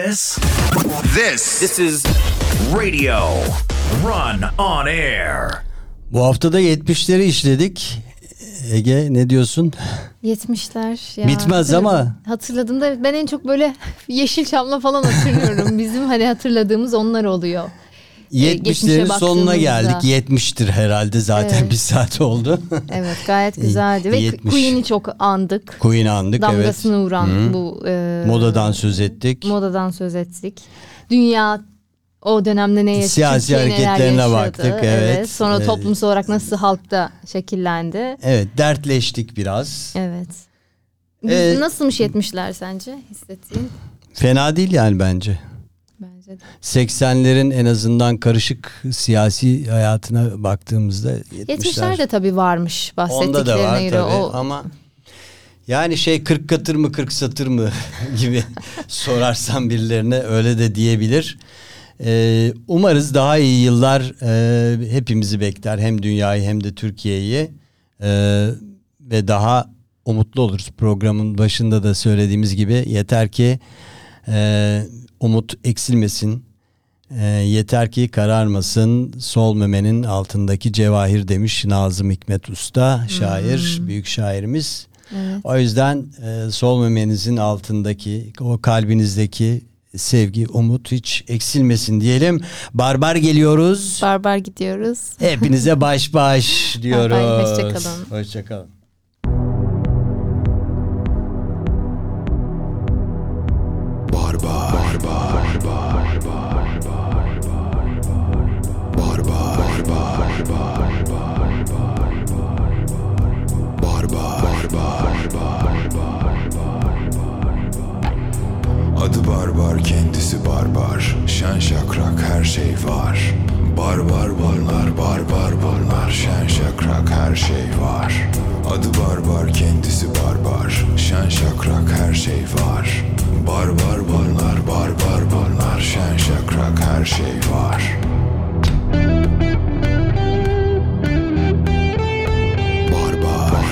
Speaker 5: this?
Speaker 3: This
Speaker 5: This is Radio Run On Air.
Speaker 1: Bu hafta da yetmişleri işledik. Ege ne diyorsun?
Speaker 2: yetmişler ya.
Speaker 1: Bitmez
Speaker 2: Hatırladım.
Speaker 1: ama.
Speaker 2: Hatırladığımda ben en çok böyle Yeşilçam'la falan hatırlıyorum. Bizim hani hatırladığımız onlar oluyor.
Speaker 1: yetmişlerin
Speaker 2: geçmişe
Speaker 1: sonuna
Speaker 2: baktığımızda.
Speaker 1: geldik. yetmiştir herhalde zaten
Speaker 2: Evet.
Speaker 1: bir saat oldu.
Speaker 2: Evet, gayet güzeldi ve
Speaker 1: yetmiş.
Speaker 2: Queen'i çok andık.
Speaker 1: Queen'i andık, evet.
Speaker 2: Damgasını vuran
Speaker 1: Hı.
Speaker 2: bu e,
Speaker 1: Modadan söz ettik.
Speaker 2: modadan söz ettik. Dünya o dönemde ne yaşadı?
Speaker 1: Siyasi
Speaker 2: Türkiye neler
Speaker 1: hareketlerine
Speaker 2: yaşadı?
Speaker 1: baktık, evet.
Speaker 2: Sonra
Speaker 1: Ee,
Speaker 2: toplumsal olarak nasıl halkta şekillendi?
Speaker 1: Evet, dertleştik biraz.
Speaker 2: Evet. Biz,
Speaker 1: Ee,
Speaker 2: nasılmış yetmişler sence hissettiğin?
Speaker 1: Fena değil yani bence.
Speaker 2: Bence de.
Speaker 1: seksenlerin en azından karışık siyasi hayatına baktığımızda yetmişler.
Speaker 2: yetmişler de tabii varmış
Speaker 1: Onda da
Speaker 2: bahsettiklerine
Speaker 1: var
Speaker 2: göre.
Speaker 1: tabii
Speaker 2: O,
Speaker 1: ama yani şey kırk katır mı kırk satır mı gibi sorarsan birilerine öyle de diyebilir. Ee, umarız daha iyi yıllar e, hepimizi bekler, hem dünyayı hem de Türkiye'yi Ee, ve daha umutlu oluruz. Programın başında da söylediğimiz gibi yeter ki e, umut eksilmesin. E, yeter ki kararmasın sol memenin altındaki cevahir demiş Nazım Hikmet Usta, şair, büyük şairimiz.
Speaker 2: Evet.
Speaker 1: O yüzden e, sol memenizin altındaki, o kalbinizdeki sevgi, umut hiç eksilmesin diyelim. Barbar geliyoruz.
Speaker 2: Barbar gidiyoruz.
Speaker 1: Hepinize baş baş diyoruz.
Speaker 2: Bye bye, hoşça kalın.
Speaker 1: Hoşça kalın.
Speaker 3: Barbar Barbar Barbar Barbar Adı barbar, kendisi barbar. Şen şakrak her şey var. Barbar bunlar, barbar bunlar. Şen şakrak her şey var. Adı barbar, kendisi barbar. Şen şakrak her şey var. Barbar bunlar, barbar bunlar. Şen şakrak her şey var. Barbar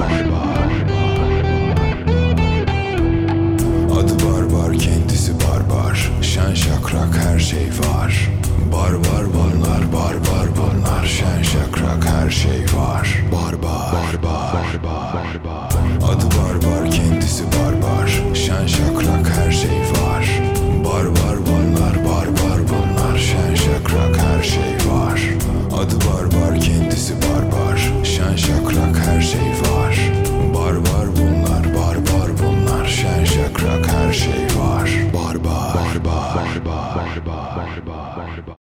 Speaker 3: Adı barbar, kendisi barbar. Şen şakrak her şey var. Barbar bunlar, barbar bunlar. Şen şakrak her şey var. Barbar Adı barbar, kendisi barbar. Şen şakrak her şey var. Barbar bunlar, barbar bunlar. Şen şakrak her şey var. Adı barbar, kendisi barbar. Şen şakrak her şey var. Barbar bunlar, barbar bunlar. Şen şakrak her şey var. Barbar